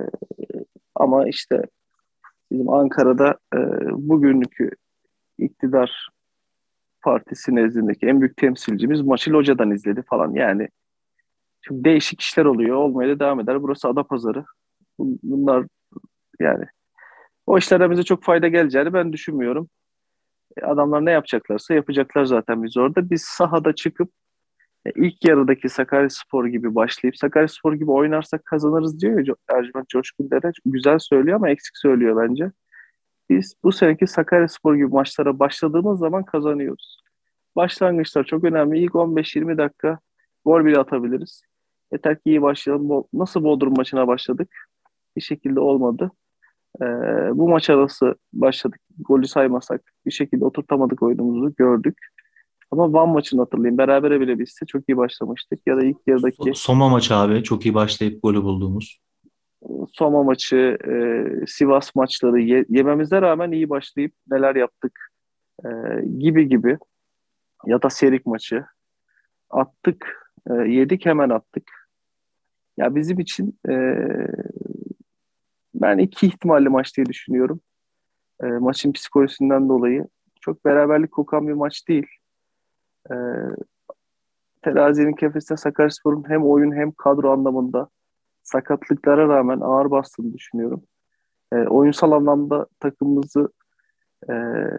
ama işte bizim Ankara'da e, bugünkü iktidar partisi nezdindeki en büyük temsilcimiz maçı locadan izledi falan. Yani çok değişik işler oluyor. Olmaya da devam eder. Burası Adapazarı. Bunlar yani o işlerden bize çok fayda geleceğini ben düşünmüyorum. E, adamlar ne yapacaklarsa yapacaklar zaten biz orada. Biz sahada çıkıp e, ilk yarıdaki Sakaryaspor gibi başlayıp Sakaryaspor gibi oynarsak kazanırız diyor ya Ercüment Coşkun Dere. Güzel söylüyor ama eksik söylüyor bence. Biz bu seneki Sakaryaspor gibi maçlara başladığımız zaman kazanıyoruz. Başlangıçlar çok önemli. İlk on beş yirmi dakika gol bile atabiliriz. Yeter ki iyi başlayalım. Nasıl Bodrum maçına başladık? Bir şekilde olmadı. Ee, bu maç arası başladık. Golü saymasak bir şekilde oturtamadık oyunumuzu, gördük. Ama Van maçını hatırlayayım. Berabere bile bitse çok iyi başlamıştık. Ya da ilk yarıdaki Soma maçı abi. Çok iyi başlayıp golü bulduğumuz. Soma maçı, e, Sivas maçları ye- yememize rağmen iyi başlayıp neler yaptık e, gibi gibi. Ya da Serik maçı. Attık, e, yedik hemen attık. Ya bizim için e, ben iki ihtimalli maç diye düşünüyorum. E, maçın psikolojisinden dolayı. Çok beraberlik kokan bir maç değil. E, Terazinin kefesine Sakaryaspor'un hem oyun hem kadro anlamında sakatlıklara rağmen ağır bastığını düşünüyorum. E, oyunsal anlamda takımımızı e,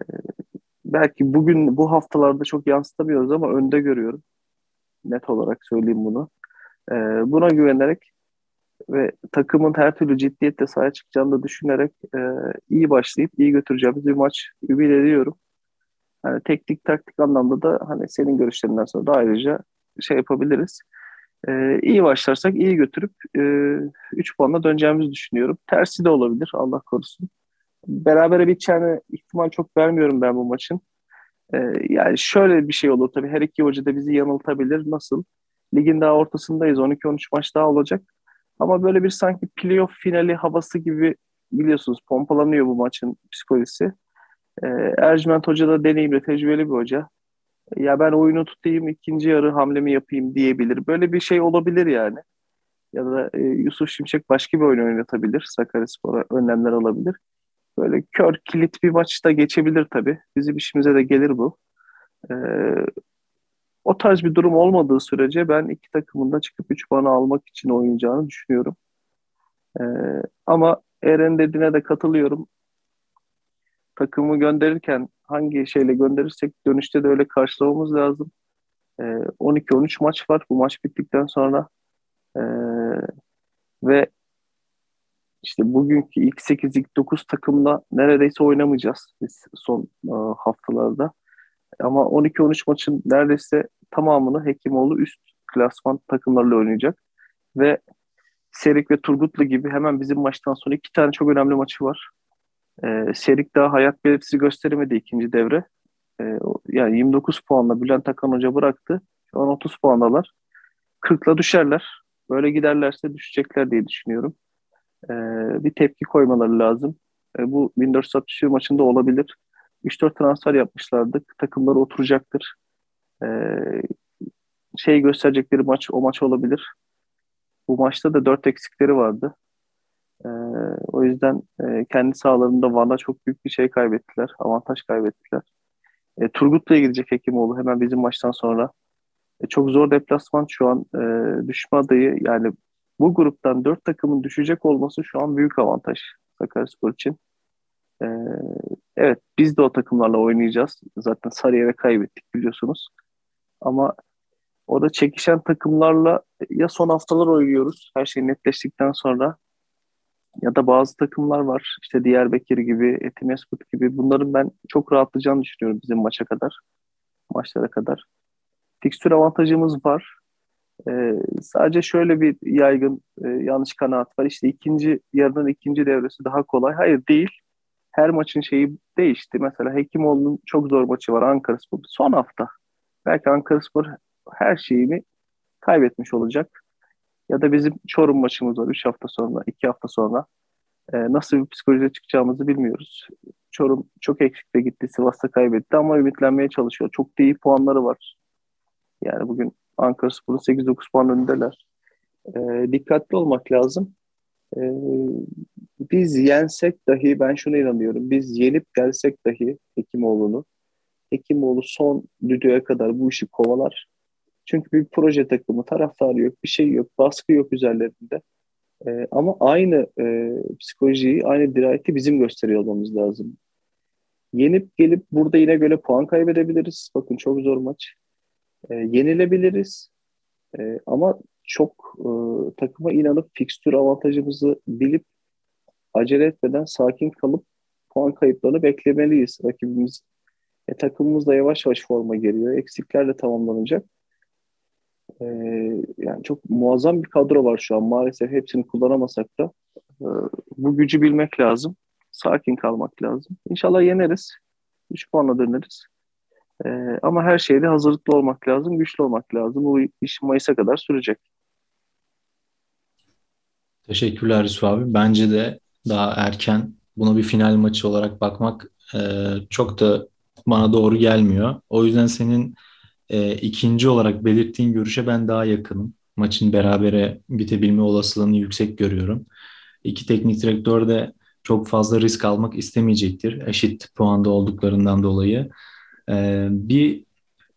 belki bugün bu haftalarda çok yansıtamıyoruz ama önde görüyorum. Net olarak söyleyeyim bunu. E, Buna güvenerek ve takımın her türlü ciddiyetle sahaya çıkacağını da düşünerek e, iyi başlayıp iyi götüreceğimiz bir maç ümit ediyorum. Hani teknik taktik anlamda da hani senin görüşlerinden sonra da ayrıca şey yapabiliriz. E, iyi başlarsak iyi götürüp e, üç puanla döneceğimizi düşünüyorum. Tersi de olabilir Allah korusun. Berabere biteceğine ihtimal çok vermiyorum ben bu maçın. Ee, yani şöyle bir şey olur tabii, her iki hoca da bizi yanıltabilir. Nasıl? Ligin daha ortasındayız. on iki on üç maç daha olacak. Ama böyle bir sanki playoff finali havası gibi, biliyorsunuz, pompalanıyor bu maçın psikolojisi. Ee, Ercüment Hoca da deneyimli, tecrübeli bir hoca. Ya ben oyunu tutayım, ikinci yarı hamlemi yapayım diyebilir. Böyle bir şey olabilir yani. Ya da e, Yusuf Şimşek başka bir oyun oynatabilir. Sakaryaspor'a önlemler alabilir. Böyle kör kilit bir maçta geçebilir tabii. Bizim işimize de gelir bu. Ee, O tarz bir durum olmadığı sürece ben iki takımın da çıkıp üç puanı almak için oynayacağını düşünüyorum. Ee, Ama Eren dediğine de katılıyorum. Takımı gönderirken hangi şeyle gönderirsek dönüşte de öyle karşılamamız lazım. Ee, on iki on üç maç var bu maç bittikten sonra. Ee, Ve işte bugünkü ilk sekiz ilk dokuz takımla neredeyse oynamayacağız biz son e, haftalarda. Ama on iki on üç maçın neredeyse tamamını Hekimoğlu üst klasman takımlarla oynayacak. Ve Serik ve Turgutlu gibi hemen bizim maçtan sonra iki tane çok önemli maçı var. Ee, Serik daha hayat belirtisi gösteremedi ikinci devre. Ee, yani yirmi dokuz puanla Bülent Akan Hoca bıraktı. Şu an otuz puandalar. kırkla düşerler. Böyle giderlerse düşecekler diye düşünüyorum. Ee, Bir tepki koymaları lazım. Ee, bu bin dört yüz altmış bir maçında olabilir. üç dört transfer yapmışlardı. Takımları oturacaktır. Ee, Şey gösterecekleri maç o maç olabilir. Bu maçta da dört eksikleri vardı. Ee, O yüzden e, kendi sahalarında Van'a çok büyük bir şey kaybettiler. Avantaj kaybettiler. E, Turgutlu'ya gidecek Hekimoğlu hemen bizim maçtan sonra. E, çok zor deplasman şu an, e, düşme adayı. Yani bu gruptan dört takımın düşecek olması şu an büyük avantaj Sakaryaspor için. E, evet, biz de o takımlarla oynayacağız. Zaten Sarıyer'e kaybettik biliyorsunuz. Ama o da çekişen takımlarla ya son haftalar oynuyoruz her şey netleştikten sonra, ya da bazı takımlar var işte Diyarbakır gibi, Etimesgut gibi, bunların ben çok rahatlayacağını düşünüyorum bizim maça kadar, maçlara kadar. Fikstür avantajımız var. Ee, sadece şöyle bir yaygın e, yanlış kanaat var. İşte ikinci yarının ikinci devresi daha kolay. Hayır, değil. Her maçın şeyi değişti. Mesela Hekimoğlu'nun çok zor maçı var Ankaraspor. Son hafta. Belki Ankaraspor her şeyini kaybetmiş olacak. Ya da bizim Çorum maçımız var üç hafta sonra, iki hafta sonra. Ee, nasıl bir psikolojiye çıkacağımızı bilmiyoruz. Çorum çok eksikte gitti. Sivas'ta kaybetti ama ümitlenmeye çalışıyor. Çok da iyi puanları var. Yani bugün Ankaraspor'un sekiz dokuz puan önündeler. Ee, dikkatli olmak lazım. Ee, Biz yensek dahi ben şuna inanıyorum. Biz yenip gelsek dahi Hekimoğlu'nu, Hekimoğlu son düdüğe kadar bu işi kovalar. Çünkü bir proje takımı, taraftarı yok, bir şey yok, baskı yok üzerlerinde. Ee, ama aynı e, psikolojiyi, aynı dirayeti bizim gösteriyor olmamız lazım. Yenip gelip burada yine göre puan kaybedebiliriz. Bakın çok zor maç. Ee, yenilebiliriz. Ee, ama çok e, takıma inanıp fikstür avantajımızı bilip acele etmeden sakin kalıp puan kayıplarını beklemeliyiz. Rakibimiz, e, takımımız da yavaş yavaş forma geliyor. Eksiklerle tamamlanacak. Ee, Yani çok muazzam bir kadro var şu an. Maalesef hepsini kullanamasak da e, bu gücü bilmek lazım. Sakin kalmak lazım. İnşallah yeneriz. üç puanla döneriz. Ee, ama her şeyde hazırlıklı olmak lazım, güçlü olmak lazım. Bu iş Mayıs'a kadar sürecek. Teşekkürler Yusuf abi. Bence de daha erken buna bir final maçı olarak bakmak e, çok da bana doğru gelmiyor. O yüzden senin e, ikinci olarak belirttiğin görüşe ben daha yakınım. Maçın berabere bitebilme olasılığını yüksek görüyorum. İki teknik direktör de çok fazla risk almak istemeyecektir. Eşit puanda olduklarından dolayı. E, bir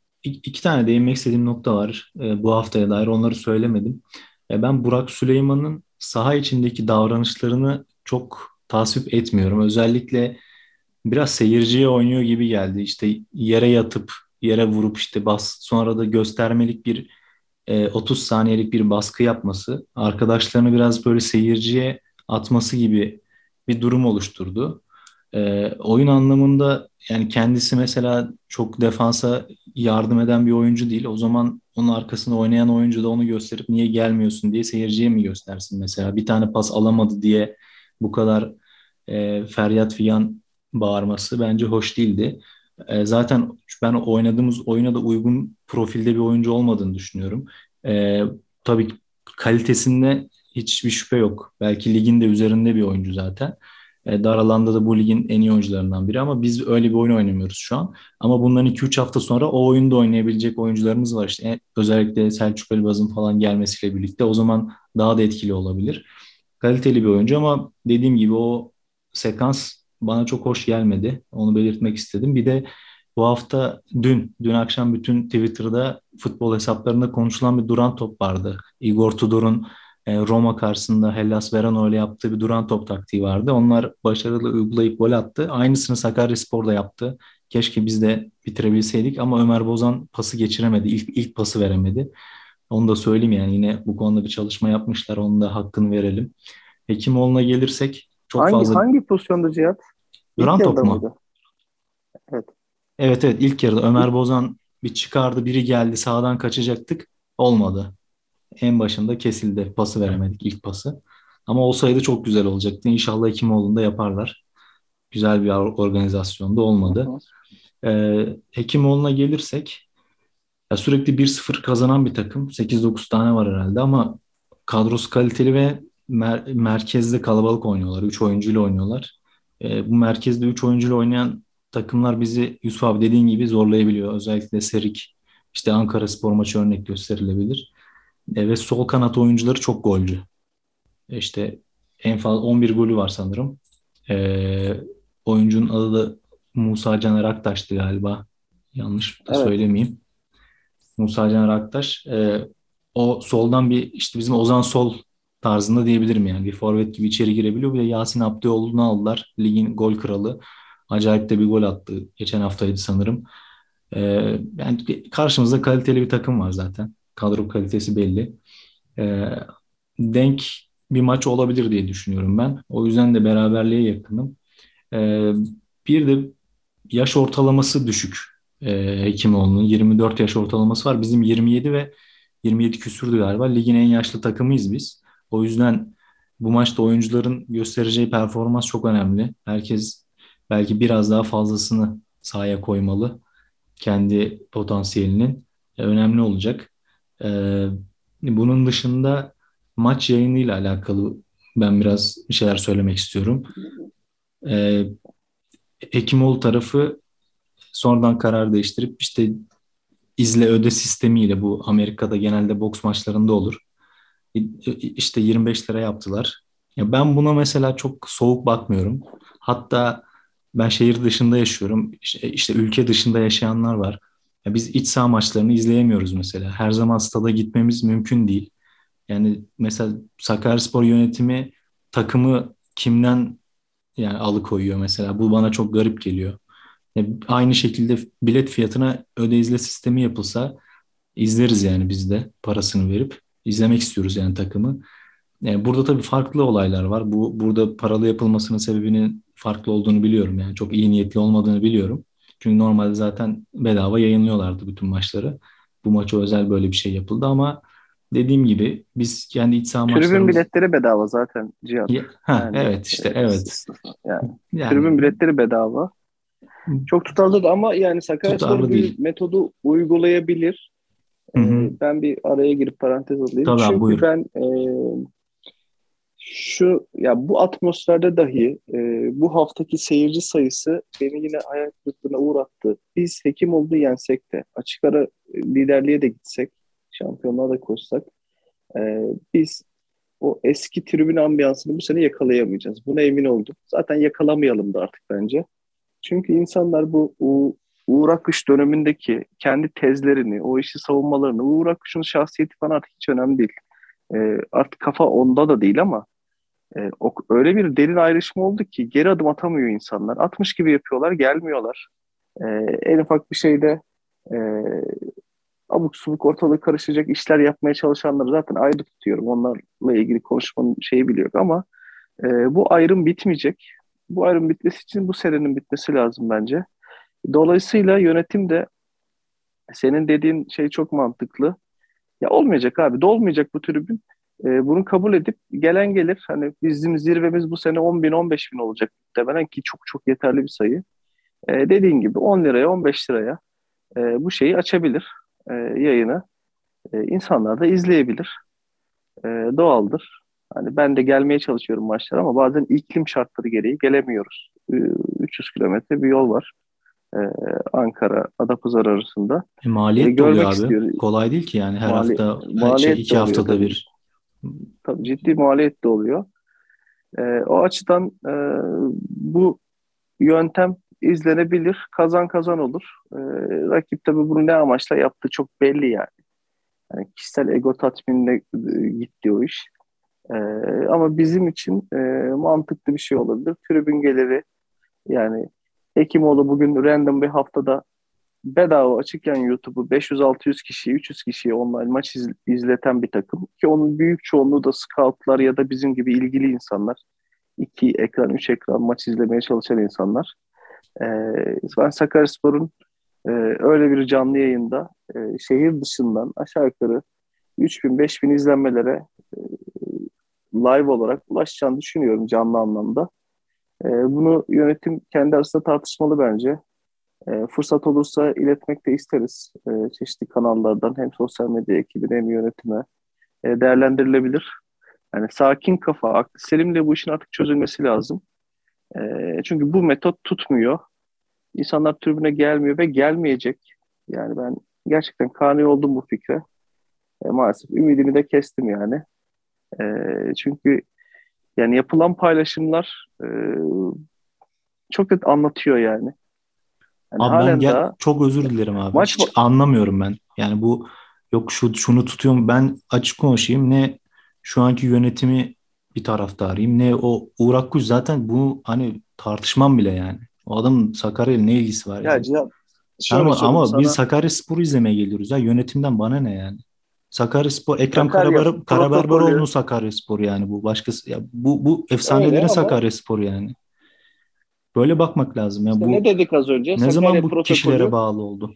iki tane değinmek istediğim nokta var. E, bu haftaya dair onları söylemedim. E, ben Burak Süleyman'ın saha içindeki davranışlarını çok tasvip etmiyorum. Özellikle biraz seyirciye oynuyor gibi geldi. İşte yere yatıp yere vurup işte bas sonra da göstermelik bir e, otuz saniyelik bir baskı yapması, arkadaşlarını biraz böyle seyirciye atması gibi bir durum oluşturdu. E, oyun anlamında yani kendisi mesela çok defansa yardım eden bir oyuncu değil. O zaman onun arkasında oynayan oyuncu da onu gösterip niye gelmiyorsun diye seyirciye mi göstersin mesela? Bir tane pas alamadı diye bu kadar e, feryat figan bağırması bence hoş değildi. E, zaten ben oynadığımız oyuna da uygun profilde bir oyuncu olmadığını düşünüyorum. E, tabii kalitesinde hiçbir şüphe yok. Belki ligin de üzerinde bir oyuncu zaten. E, dar alanda da bu ligin en iyi oyuncularından biri ama biz öyle bir oyun oynamıyoruz şu an. Ama bundan iki üç hafta sonra o oyunda oynayabilecek oyuncularımız var işte. E, özellikle Selçuk Elibaz'ın falan gelmesiyle birlikte o zaman daha da etkili olabilir. Kaliteli bir oyuncu ama dediğim gibi o sekans bana çok hoş gelmedi. Onu belirtmek istedim. Bir de bu hafta dün, dün akşam bütün Twitter'da futbol hesaplarında konuşulan bir duran top vardı. Igor Tudor'un e, Roma karşısında Hellas Verona ile yaptığı bir duran top taktiği vardı. Onlar başarılı uygulayıp gol attı. Aynısını Sakaryaspor da yaptı. Keşke biz de bitirebilseydik ama Ömer Bozan pası geçiremedi. İlk, ilk pası veremedi. Onu da söyleyeyim yani yine bu konuda bir çalışma yapmışlar. Onun da hakkını verelim. Hekimoğlu'na gelirsek çok Hangi fazla hangi pozisyonda Cihat? İlk duran top yarıda mu? mıydı? Evet. Evet evet ilk yarıda Ömer İlk, Bozan bir çıkardı, biri geldi, sağdan kaçacaktık. Olmadı. En başında kesildi. Pası veremedik, ilk pası. Ama olsaydı çok güzel olacaktı. İnşallah Hekimoğlu'nda yaparlar. Güzel bir organizasyonda hı olmadı. hı. Ee, Hekimoğlu'na gelirsek ya sürekli bir sıfır kazanan bir takım. sekiz dokuz tane var herhalde ama kadrosu kaliteli ve mer- merkezde kalabalık oynuyorlar. üç oyuncuyla oynuyorlar. Ee, bu merkezde üç oyuncuyla oynayan takımlar bizi Yusuf abi dediğin gibi zorlayabiliyor. Özellikle Serik, işte Ankaraspor maçı örnek gösterilebilir. E, ve sol kanat oyuncuları çok golcü. E, İşte en fazla on bir golü var sanırım. E, oyuncunun adı da Musa Caner Aktaş'tı galiba. Yanlış da Evet. söylemeyeyim. Musa Caner Aktaş. E, o soldan bir işte bizim Ozan Sol tarzında diyebilirim yani. Bir forvet gibi içeri girebiliyor. Bir de Yasin Abdioğlu'nu aldılar. Ligin gol kralı. Acayip de bir gol attı. Geçen haftaydı sanırım. E, yani karşımızda kaliteli bir takım var zaten. Kadro kalitesi belli. E, denk bir maç olabilir diye düşünüyorum ben. O yüzden de beraberliğe yakınım. E, bir de yaş ortalaması düşük e, Hekimoğlu'nun. yirmi dört yaş ortalaması var. Bizim yirmi yedi ve yirmi yedi küsürdü galiba. Ligin en yaşlı takımıyız biz. O yüzden bu maçta oyuncuların göstereceği performans çok önemli. Herkes belki biraz daha fazlasını sahaya koymalı. Kendi potansiyelinin e, önemli olacak. E, bunun dışında maç yayınıyla alakalı ben biraz bir şeyler söylemek istiyorum. E, Hekimoğlu tarafı sonradan karar değiştirip işte izle öde sistemiyle bu Amerika'da genelde boks maçlarında olur. İşte yirmi beş lira yaptılar. Ya ben buna mesela çok soğuk bakmıyorum. Hatta ben şehir dışında yaşıyorum. İşte, işte ülke dışında yaşayanlar var. Ya biz iç saha maçlarını izleyemiyoruz mesela. Her zaman stada gitmemiz mümkün değil. Yani mesela Sakaryaspor yönetimi takımı kimden yani alıkoyuyor mesela. Bu bana çok garip geliyor. Ya aynı şekilde bilet fiyatına öde izle sistemi yapılsa izleriz yani biz de parasını verip izlemek istiyoruz yani takımı. Yani burada tabii farklı olaylar var. Bu burada paralı yapılmasının sebebinin farklı olduğunu biliyorum. Yani çok iyi niyetli olmadığını biliyorum. Çünkü normalde zaten bedava yayınlıyorlardı bütün maçları. Bu maça özel böyle bir şey yapıldı ama dediğim gibi biz kendi iç saha Tribün maçlarımız. biletleri bedava zaten Cihat. Ya- ha Yani evet e, işte evet. yani tribün Yani biletleri bedava. Çok tutarlı da ama yani Sakaryaspor Tutarlı bu değil. metodu uygulayabilir. Hı Ee, hı. ben bir araya girip parantez alayım. Tabii abi, Çünkü buyur. ben e, şu ya bu atmosferde dahi e, bu haftaki seyirci sayısı beni yine hayal kırıklığına uğrattı. Biz Hekimoğlu'nu yensek de açık ara e, liderliğe de gitsek, şampiyonluğa da koşsak e, biz o eski tribün ambiyansını bu sene yakalayamayacağız. Buna emin oldum. Zaten yakalamayalım da artık bence. Çünkü insanlar bu U- Uğur Akış dönemindeki kendi tezlerini, o işi savunmalarını, Uğur Akış'ın şahsiyeti falan artık hiç önemli değil. E, artık kafa onda da değil ama e, o, öyle bir derin ayrışma oldu ki geri adım atamıyor insanlar. Atmış gibi yapıyorlar, gelmiyorlar. E, en ufak bir şeyde e, abuk subuk ortalığı karışacak işler yapmaya çalışanları zaten ayrı tutuyorum. Onlarla ilgili konuşmanın şeyi bile yok ama e, bu ayrım bitmeyecek. Bu ayrım bitmesi için bu senenin bitmesi lazım bence. Dolayısıyla yönetim de senin dediğin şey çok mantıklı. Ya olmayacak abi, dolmayacak bu tribün. E, bunu kabul edip gelen gelir. Hani bizim zirvemiz bu sene on bin on beş bin olacak muhtemelen ki çok çok yeterli bir sayı. E, dediğin gibi on liraya on beş liraya e, bu şeyi açabilir e, yayını. E, insanlar da izleyebilir. E, doğaldır. Hani ben de gelmeye çalışıyorum maçlara ama bazen iklim şartları gereği gelemiyoruz. E, üç yüz kilometre bir yol var. E, Ankara, Adapazarı arasında. E, E, maliyet de oluyor görmek abi. istiyoruz. Kolay değil ki yani her Mali, hafta, şey, maliyet de iki oluyor haftada tabii. bir. Tabii ciddi maliyet de oluyor. E, o açıdan e, bu yöntem izlenebilir. Kazan kazan olur. E, rakip tabii bunu ne amaçla yaptığı çok belli yani. Yani kişisel ego tatminine e, gitti o iş. E, ama bizim için e, mantıklı bir şey olabilir. Tribün geliri yani Hekimoğlu bugün random bir haftada bedava açıkken YouTube'u beş yüz altı yüz kişiye, üç yüz kişiye online maç iz- izleten bir takım. Ki onun büyük çoğunluğu da scoutlar ya da bizim gibi ilgili insanlar. İki ekran, üç ekran maç izlemeye çalışan insanlar. Ee, ben Sakaryaspor'un e, öyle bir canlı yayında e, şehir dışından aşağı yukarı üç bin beş bin izlenmelere e, live olarak ulaşacağını düşünüyorum canlı anlamda. E, bunu yönetim kendi arasında tartışmalı bence. E, fırsat olursa iletmek de isteriz. E, çeşitli kanallardan hem sosyal medya ekibine hem yönetime e, değerlendirilebilir. Yani sakin kafa, aklı selimle bu işin artık çözülmesi lazım. E, çünkü bu metot tutmuyor. İnsanlar tribüne gelmiyor ve gelmeyecek. Yani ben gerçekten kani oldum bu fikre. E, maalesef ümidimi de kestim yani. E, çünkü yani yapılan paylaşımlar e, çok net anlatıyor yani. Yani Abi ben halen gel daha çok özür dilerim abi. maç Hiç anlamıyorum ben. Yani bu, yok şu şunu tutuyorum. Ben açık konuşayım. Ne şu anki yönetimi bir taraftarıyım, ne o Uğur Akkuş, zaten bu hani tartışmam bile yani. O adamın Sakarya'yla ne ilgisi var ya yani? Cihan şöyle Ama, söyleyeyim ama biz sana. Sakaryaspor'u izlemeye geliyoruz ya. Yönetimden bana ne yani? Sakaryaspor, Ekrem Sakarya Karabar Karabarbaroğlu'nun protokolü Sakaryaspor yani bu. Başkası ya, bu bu öyle efsanelerin ama Sakaryaspor yani. Böyle bakmak lazım ya. işte ne Bu dedik az önce? ne zaman Sakarya bu kişilere protokolü bağlı oldu?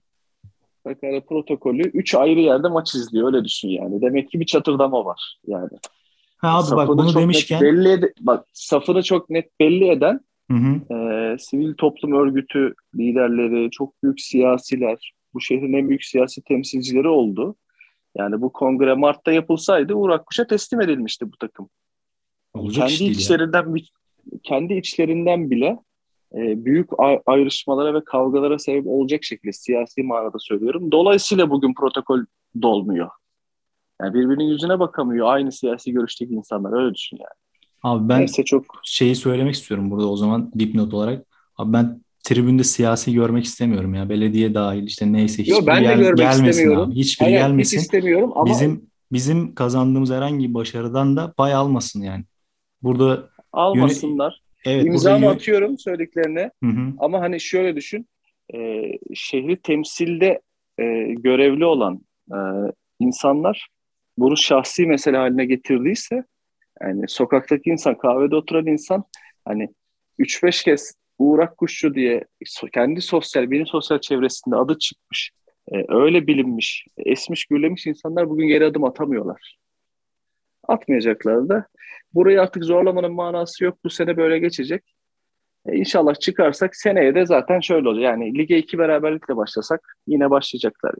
Sakarya protokolü üç ayrı yerde maç izliyor öyle düşün yani. Demek ki bir çatırdama var yani. Ha E, abi bak, safını bunu çok net demişken, belli ed bak safını çok net belli eden hı hı. e, sivil toplum örgütü liderleri, çok büyük siyasiler, bu şehrin en büyük siyasi temsilcileri oldu. Yani bu kongre Mart'ta yapılsaydı Uğur Akkuş'a teslim edilmişti bu takım. Yani Olacak kendi iş değil ya. içlerinden kendi içlerinden bile e, büyük ayrışmalara ve kavgalara sebep olacak şekilde siyasi manada söylüyorum. Dolayısıyla bugün protokol dolmuyor. Yani birbirinin yüzüne bakamıyor aynı siyasi görüşteki insanlar öyle düşün yani. Abi ben Neyse çok şeyi söylemek istiyorum burada o zaman dipnot olarak. Abi ben tribünde siyasi görmek istemiyorum ya. Belediye dahil işte, neyse, yo hiçbiri ben de gel görmek gelmesin abi. istemiyorum. Hiçbiri Aynen hiç gelmesin. istemiyorum ama Bizim bizim kazandığımız herhangi bir başarıdan da pay almasın yani. Burada yöne almasınlar. evet burada İmzamı yö- atıyorum söylediklerine. hı hı. Ama hani şöyle düşün. E, şehri temsilde e, görevli olan e, insanlar bunu şahsi mesele haline getirdiyse yani sokaktaki insan, kahvede oturan insan hani üç beş kez Uğur Akkuşçu diye kendi sosyal, benim sosyal çevresinde adı çıkmış, e, öyle bilinmiş, esmiş gürlemiş insanlar bugün geri adım atamıyorlar. Atmayacaklar da. Burayı artık zorlamanın manası yok. Bu sene böyle geçecek. E, inşallah çıkarsak seneye de zaten şöyle olacak. Yani lige iki beraberlikle başlasak yine başlayacaklar.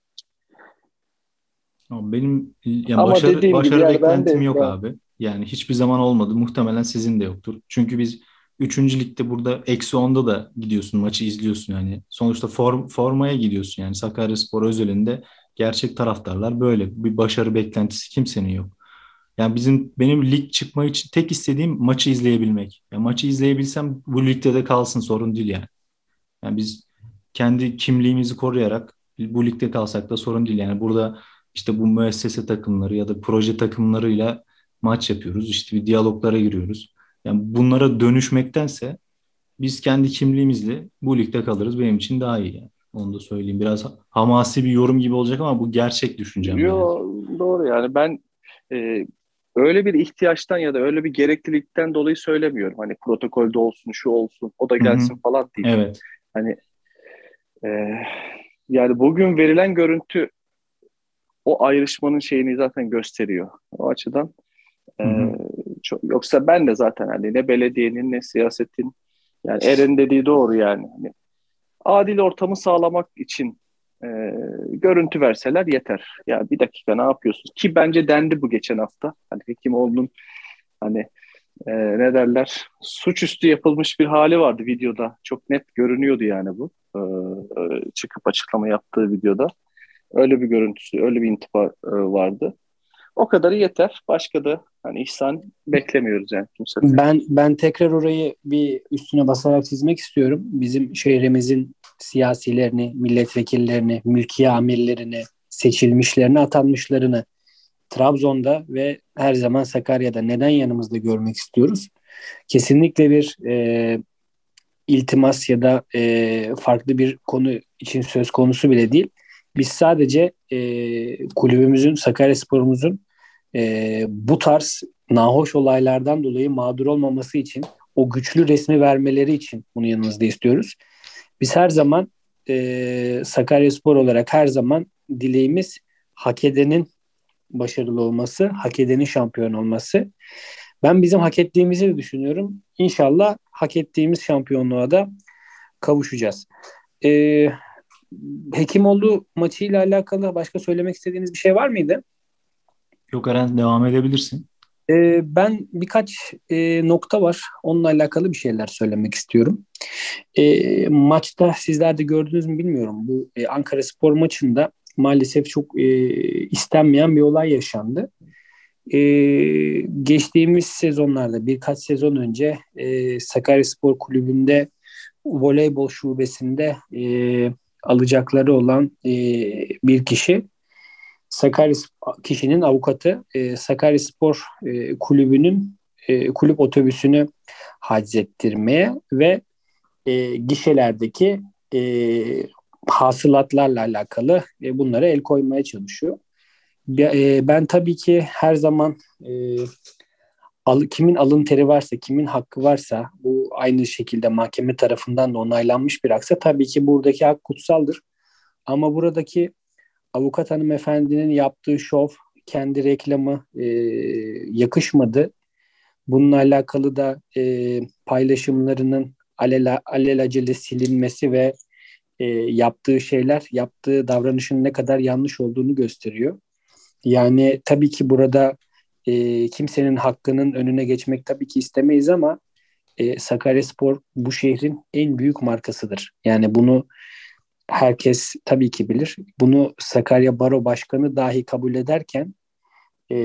Ama benim yani Ama başarı dediğim gibi başarı yani ben beklentim de yok yani, abi. Yani hiçbir zaman olmadı. Muhtemelen sizin de yoktur. Çünkü biz üçüncü ligde burada eksi onda da gidiyorsun, maçı izliyorsun yani. Sonuçta form, formaya gidiyorsun yani. Sakaryaspor özelinde gerçek taraftarlar böyle. Bir başarı beklentisi kimsenin yok. Yani bizim benim lig çıkma için tek istediğim maçı izleyebilmek. Ya maçı izleyebilsem bu ligde de kalsın, sorun değil yani. Yani biz kendi kimliğimizi koruyarak bu ligde kalsak da sorun değil. Yani burada işte bu müessese takımları ya da proje takımlarıyla maç yapıyoruz. İşte bir diyaloglara giriyoruz. Yani bunlara dönüşmektense biz kendi kimliğimizle bu ligde kalırız. Benim için daha iyi yani. Onu da söyleyeyim. Biraz hamasi bir yorum gibi olacak ama bu gerçek düşüncem yani. yo, doğru yani ben e, öyle bir ihtiyaçtan ya da öyle bir gereklilikten dolayı söylemiyorum. Hani protokolde olsun, şu olsun, o da Hı hı. gelsin falan değil. Evet. Hani e, yani bugün verilen görüntü o ayrışmanın şeyini zaten gösteriyor. O açıdan e, Hı hı. çok, yoksa ben de zaten hani ne belediyenin ne siyasetin, yani Eren dediği doğru yani. Hani adil ortamı sağlamak için e, görüntü verseler yeter. Ya bir dakika ne yapıyorsun? Ki bence dendi bu geçen hafta. Hani Hekimoğlu'nun hani e, ne derler, suçüstü yapılmış bir hali vardı videoda. Çok net görünüyordu yani bu. E, e, çıkıp açıklama yaptığı videoda. Öyle bir görüntüsü, öyle bir intiba e, vardı. O kadarı yeter. Başka da hani ihsan beklemiyoruz yani kimseden. Ben ben tekrar orayı bir üstüne basarak çizmek istiyorum. Bizim şehrimizin siyasilerini, milletvekillerini, mülkiye amirlerini, seçilmişlerini, atanmışlarını Trabzon'da ve her zaman Sakarya'da neden yanımızda görmek istiyoruz? Kesinlikle bir e, iltimas ya da e, farklı bir konu için söz konusu bile değil. Biz sadece e, kulübümüzün, Sakaryaspor'umuzun e, bu tarz nahoş olaylardan dolayı mağdur olmaması için, o güçlü resmi vermeleri için bunu yanımızda istiyoruz. Biz her zaman e, Sakaryaspor olarak her zaman dileğimiz hak edenin başarılı olması, hak edenin şampiyon olması. Ben bizim hak ettiğimizi de düşünüyorum. İnşallah hak ettiğimiz şampiyonluğa da kavuşacağız. Ee, Hekimoğlu maçıyla alakalı başka söylemek istediğiniz bir şey var mıydı? Yok Eren, devam edebilirsin. Ee, ben birkaç e, nokta var. Onunla alakalı bir şeyler söylemek istiyorum. Ee, maçta sizler de gördünüz mü bilmiyorum. Bu e, Ankaraspor maçında maalesef çok e, istenmeyen bir olay yaşandı. Ee, Geçtiğimiz sezonlarda birkaç sezon önce e, Sakaryaspor Kulübü'nde voleybol şubesinde e, alacakları olan e, bir kişi Sakarya kişinin avukatı e, Sakaryaspor e, Kulübü'nün e, kulüp otobüsünü haczettirmeye ve e, gişelerdeki e, hasılatlarla alakalı e, bunlara el koymaya çalışıyor. E, ben tabii ki her zaman e, al, kimin alın teri varsa, kimin hakkı varsa bu aynı şekilde mahkeme tarafından da onaylanmış bir aksa tabii ki buradaki hak kutsaldır. Ama buradaki avukat hanımefendinin yaptığı şov, kendi reklamı e, yakışmadı. Bununla alakalı da e, paylaşımlarının alel, alelacele silinmesi ve e, yaptığı şeyler, yaptığı davranışın ne kadar yanlış olduğunu gösteriyor. Yani tabii ki burada e, kimsenin hakkının önüne geçmek tabii ki istemeyiz ama e, Sakaryaspor bu şehrin en büyük markasıdır. Yani bunu herkes tabii ki bilir. Bunu Sakarya Baro Başkanı dahi kabul ederken e,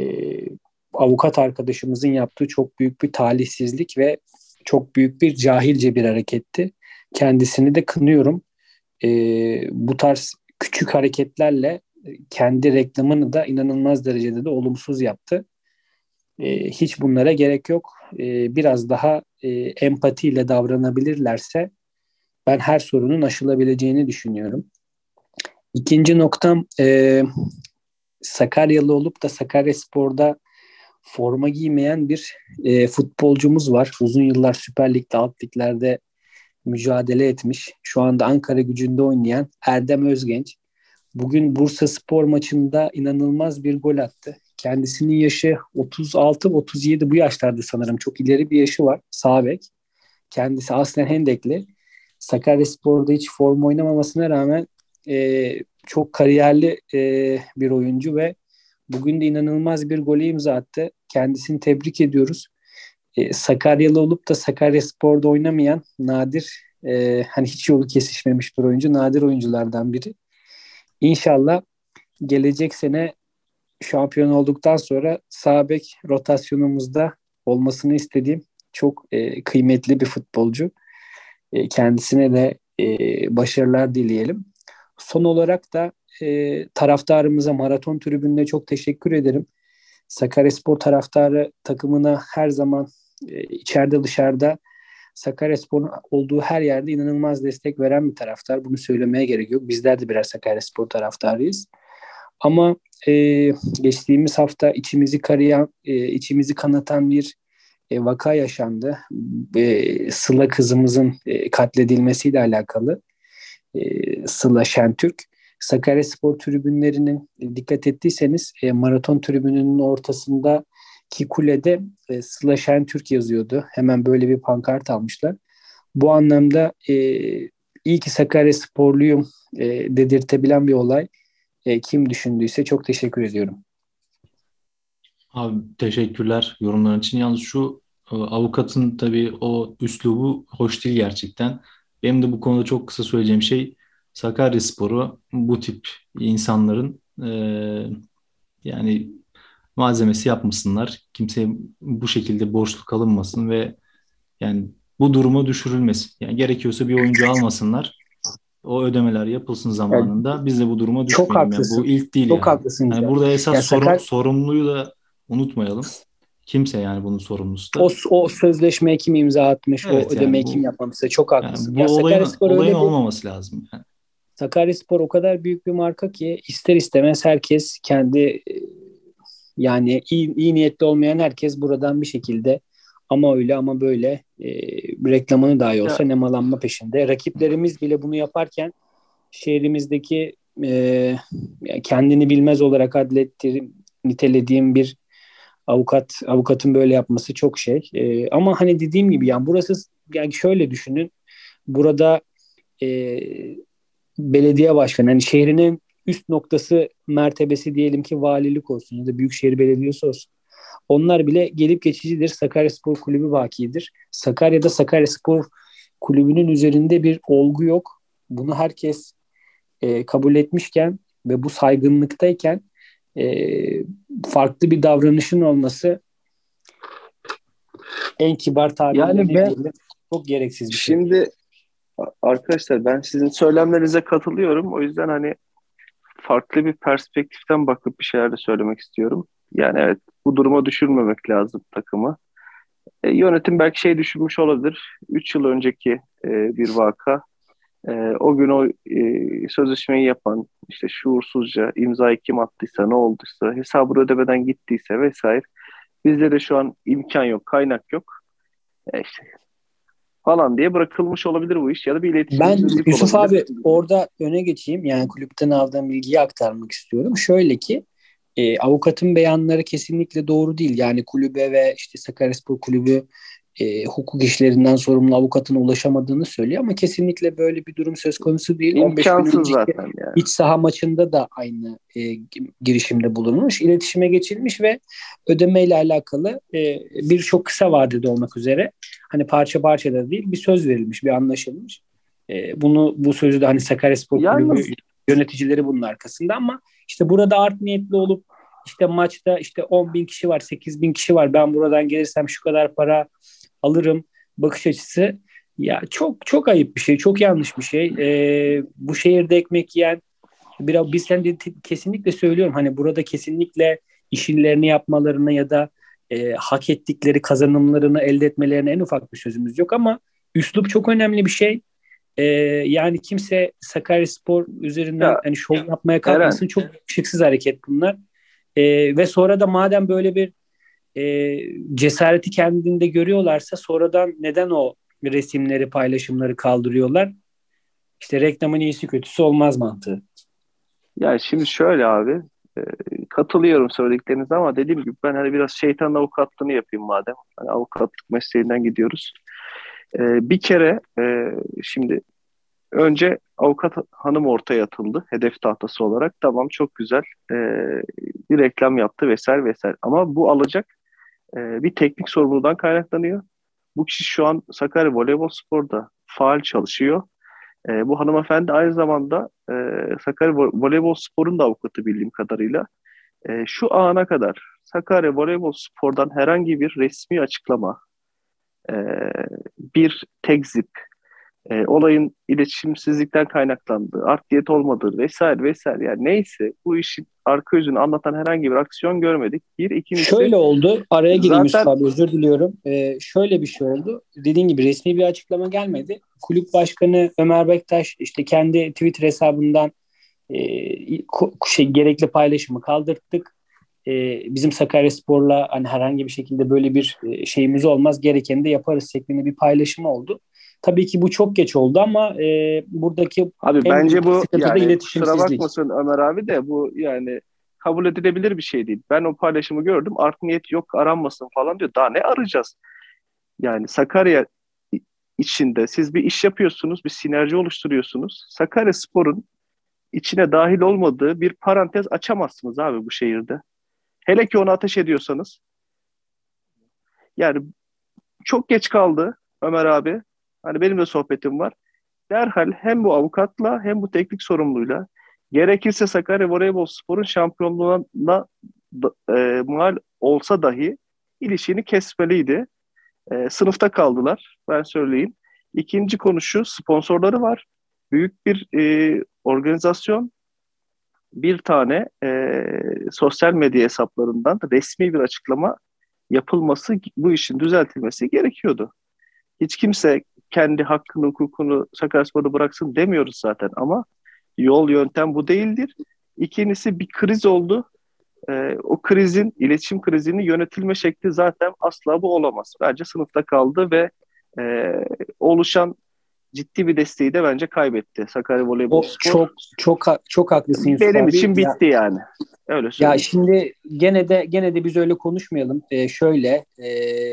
avukat arkadaşımızın yaptığı çok büyük bir talihsizlik ve çok büyük bir cahilce bir hareketti. Kendisini de kınıyorum. E, Bu tarz küçük hareketlerle kendi reklamını da inanılmaz derecede de olumsuz yaptı. E, hiç bunlara gerek yok. E, biraz daha e, empatiyle davranabilirlerse ben her sorunun aşılabileceğini düşünüyorum. İkinci noktam e, Sakaryalı olup da Sakaryaspor'da forma giymeyen bir e, futbolcumuz var. Uzun yıllar Süper Lig'de, alt liglerde mücadele etmiş. Şu anda Ankara Gücü'nde oynayan Erdem Özgenç. Bugün Bursaspor maçında inanılmaz bir gol attı. Kendisinin yaşı otuz altı otuz yedi, bu yaşlarda sanırım. Çok ileri bir yaşı var. Sağ bek. Kendisi aslen Hendekli. Sakaryaspor'da hiç forma oynamamasına rağmen e, çok kariyerli e, bir oyuncu ve bugün de inanılmaz bir golü imza attı. Kendisini tebrik ediyoruz. E, Sakaryalı olup da Sakaryaspor'da oynamayan nadir, e, hani hiç yolu kesişmemiş bir oyuncu, nadir oyunculardan biri. İnşallah gelecek sene şampiyon olduktan sonra sağ bek rotasyonumuzda olmasını istediğim çok e, kıymetli bir futbolcu. E, kendisine de e, başarılar dileyelim. Son olarak da e, taraftarımıza, maraton tribününe çok teşekkür ederim. Sakaryaspor taraftarı takımına her zaman e, içeride dışarıda Sakaryaspor'un olduğu her yerde inanılmaz destek veren bir taraftar. Bunu söylemeye gerek yok. Bizler de birer Sakaryaspor taraftarıyız. Ama e, geçtiğimiz hafta içimizi karayan, e, içimizi kanatan bir e, vaka yaşandı. E, Sıla kızımızın e, katledilmesiyle alakalı. E, Sıla Şentürk. Sakaryaspor tribünlerinin e, dikkat ettiyseniz e, maraton tribününün ortasındaki kulede e, Sıla Şentürk yazıyordu. Hemen böyle bir pankart almışlar. Bu anlamda e, iyi ki Sakaryasporluyum e, dedirtebilen bir olay. E, kim düşündüyse çok teşekkür ediyorum. Abi teşekkürler yorumların için. Yalnız şu e, avukatın tabii o üslubu hoş değil gerçekten. Benim de bu konuda çok kısa söyleyeceğim şey, Sakaryaspor'u bu tip insanların e, yani malzemesi yapmasınlar. Kimseye bu şekilde borçlu kalınmasın ve yani bu duruma düşürülmesin. Yani gerekiyorsa bir oyuncu almasınlar. O ödemeler yapılsın Yani, zamanında. Biz de bu duruma çok düşmeyelim. Yani haklısın. bu ilk değil Çok yani. haklısın Yani Can. burada esas Ya sorun, Sakar sorumluyu da unutmayalım. Kimse yani bunun sorumlusu o, da. o sözleşmeye kim imza atmış, o Evet yani ödemeyi kim bu yapmamışsa çok yani haklısın. Ya bu olayın Sakaryaspor olayın öyle bir olmaması lazım. Yani. Sakaryaspor o kadar büyük bir marka ki ister istemez herkes kendi e, yani iyi, iyi niyetli olmayan herkes buradan bir şekilde ama öyle ama böyle e, reklamını dahi olsa Ya, nemalanma peşinde. Rakiplerimiz bile bunu yaparken şehrimizdeki e, yani kendini bilmez olarak adlettiğim, nitelediğim bir avukat avukatın böyle yapması çok şey. E, ama hani dediğim gibi yani burası yani şöyle düşünün. Burada e, belediye başkanı hani şehrinin üst noktası mertebesi diyelim ki valilik olsun ya da büyükşehir belediyesi olsun. Onlar bile gelip geçicidir. Sakaryaspor Kulübü bakidir. Sakarya'da Sakaryaspor Kulübü'nün üzerinde bir olgu yok. Bunu herkes e, kabul etmişken ve bu saygınlıktayken e, farklı bir davranışın olması en kibar tabirle yani ne ben diyelim çok gereksiz bir şey. şimdi arkadaşlar ben sizin söylemlerinize katılıyorum. O yüzden hani farklı bir perspektiften bakıp bir şeyler de söylemek istiyorum. Yani evet, bu duruma düşürmemek lazım takımı. E, yönetim belki şey düşünmüş olabilir. Üç yıl önceki e, bir vaka. E, o gün o e, sözleşmeyi yapan işte şuursuzca imzayı kim attıysa ne olduysa hesabı ödemeden gittiyse vesaire. Bizde de şu an imkan yok, kaynak yok. E, işte falan diye bırakılmış olabilir bu iş ya da bir Ben iletişimsizlik Yusuf olabilir. abi orada öne geçeyim. Yani kulüpten aldığım bilgiyi aktarmak istiyorum. Şöyle ki e, avukatın beyanları kesinlikle doğru değil. Yani kulübe ve işte Sakaryaspor Kulübü e, hukuk işlerinden sorumlu avukatın ulaşamadığını söylüyor ama kesinlikle böyle bir durum söz konusu değil. on beş gün İmkansız önceki zaten yani. iç saha maçında da aynı e, girişimde bulunmuş, iletişime geçilmiş ve ödemeyle alakalı e, bir çok kısa vadede olmak üzere hani parça parça da değil bir söz verilmiş, bir anlaşılmış. E, bunu bu sözü de hani Sakaryaspor Kulübü Yalnız yöneticileri bunun arkasında ama işte burada art niyetli olup işte maçta işte on bin kişi var, sekiz bin kişi var. Ben buradan gelirsem şu kadar para alırım bakış açısı ya çok çok ayıp bir şey, çok yanlış bir şey. E, bu şehirde ekmek yiyen biraz biz sen de kesinlikle söylüyorum hani burada kesinlikle işlerini yapmalarına ya da e, hak ettikleri kazanımlarını elde etmelerine en ufak bir sözümüz yok ama üslup çok önemli bir şey. E, yani kimse Sakaryaspor üzerinden ya hani şov yapmaya Eren, kalkmasın. Çok şıksız hareket bunlar. E, ve sonra da madem böyle bir e, cesareti kendinde görüyorlarsa sonradan neden o resimleri, paylaşımları kaldırıyorlar? İşte reklamın iyisi kötüsü olmaz mantığı. yani şimdi şöyle abi, e, katılıyorum söylediklerinize ama dediğim gibi ben hani biraz şeytanın avukatlığını yapayım madem. Hani avukatlık mesleğinden gidiyoruz. E, bir kere e, şimdi önce avukat hanım ortaya atıldı hedef tahtası olarak. Tamam, çok güzel. E, bir reklam yaptı vesaire vesaire. Ama bu alacak e, bir teknik sorumluluğundan kaynaklanıyor. Bu kişi şu an Sakarya Voleybol Spor'da faal çalışıyor. E, bu hanımefendi aynı zamanda e, Sakarya Vo- Voleybol Spor'un da avukatı bildiğim kadarıyla. E, şu ana kadar Sakarya Voleybol Spor'dan herhangi bir resmi açıklama, e, bir tekzip, e, olayın iletişimsizlikten kaynaklandığı, art niyet olmadığı vesaire vesaire, yani neyse, bu işin arka yüzünü anlatan herhangi bir aksiyon görmedik. Bir, ikincisi Şöyle oldu. Araya gireyim Yusuf zaten abi, özür diliyorum. Ee, şöyle bir şey oldu. Dediğin gibi resmi bir açıklama gelmedi. Kulüp başkanı Ömer Bektaş işte kendi Twitter hesabından e, ko- şey, gerekli paylaşımı kaldırttık. E, bizim Sakaryaspor'la hani herhangi bir şekilde böyle bir e, şeyimiz olmaz. Gerekeni de yaparız şeklinde bir paylaşım oldu. Tabii ki bu çok geç oldu ama e, buradaki abi, en bence büyük bu, sıkıntı da yani kusura iletişimsizlik. bakmasın Ömer abi, de bu yani kabul edilebilir bir şey değil. Ben o paylaşımı gördüm. Art niyet yok, aranmasın falan diyor. Daha ne arayacağız? Yani Sakarya içinde siz bir iş yapıyorsunuz, bir sinerji oluşturuyorsunuz. Sakaryaspor'un içine dahil olmadığı bir parantez açamazsınız abi bu şehirde. Hele ki onu ateş ediyorsanız. Yani çok geç kaldı Ömer abi. Hani benim de sohbetim var. Derhal hem bu avukatla hem bu teknik sorumluyla, gerekirse Sakarya Voleybol Spor'un şampiyonluğuna da- e, mal olsa dahi ilişkini kesmeliydi. E, sınıfta kaldılar, ben söyleyeyim. İkinci konu şu: sponsorları var. Büyük bir e, organizasyon, bir tane e, sosyal medya hesaplarından resmi bir açıklama yapılması, bu işin düzeltilmesi gerekiyordu. Hiç kimse kendi hakkını, hukukunu Sakaryaspor'da bıraksın demiyoruz zaten, ama yol yöntem bu değildir. İkincisi, bir kriz oldu. Ee, o krizin, iletişim krizinin yönetilme şekli zaten asla bu olamaz. Bence sınıfta kaldı ve e, oluşan ciddi bir desteği de bence kaybetti Sakarya Voleybol O Spor. çok çok ha- çok haklısın Yusuf Benim abi. için Ya, bitti yani. Öyle ya söyleyeyim. şimdi gene de gene de biz öyle konuşmayalım. Ee, şöyle e,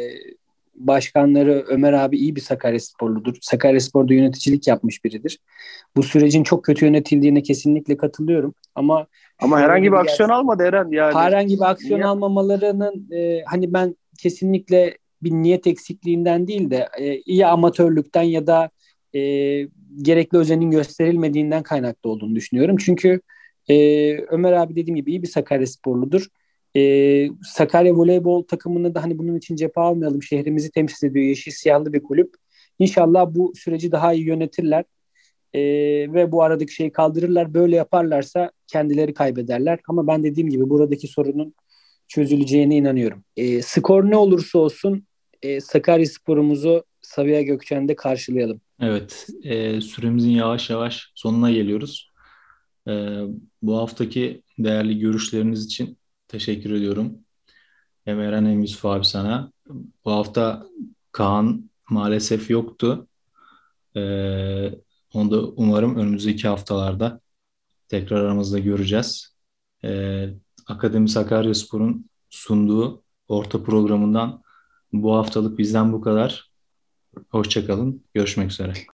başkanları Ömer abi iyi bir Sakaryasporludur. Sakaryaspor'da yöneticilik yapmış biridir. Bu sürecin çok kötü yönetildiğine kesinlikle katılıyorum. Ama Ama herhangi şöyle bir bir aksiyon gerçek, almadı Eren, yani herhangi bir aksiyon niye? almamalarının e, hani ben kesinlikle bir niyet eksikliğinden değil de e, ya amatörlükten ya da e, gerekli özenin gösterilmediğinden kaynaklı olduğunu düşünüyorum. Çünkü e, Ömer abi dediğim gibi iyi bir Sakaryasporludur. E, Sakarya voleybol takımını da hani bunun için cephe almayalım. Şehrimizi temsil ediyor. Yeşil siyahlı bir kulüp. İnşallah bu süreci daha iyi yönetirler. Ee, ve bu aradaki şeyi kaldırırlar. Böyle yaparlarsa kendileri kaybederler. Ama ben dediğim gibi buradaki sorunun çözüleceğine inanıyorum. Ee, skor ne olursa olsun e, Sakaryaspor'umuzu Sabiha Gökçen'de karşılayalım. Evet, e, süremizin yavaş yavaş sonuna geliyoruz. E, Bu haftaki değerli görüşleriniz için teşekkür ediyorum. Hem Eren hem Yusuf abi sana. Bu hafta Kaan maalesef yoktu. E, Onu da umarım önümüzdeki haftalarda tekrar aramızda göreceğiz. E, Akademi Sakaryaspor'un sunduğu orta programından bu haftalık bizden bu kadar. Hoşça kalın. Görüşmek üzere.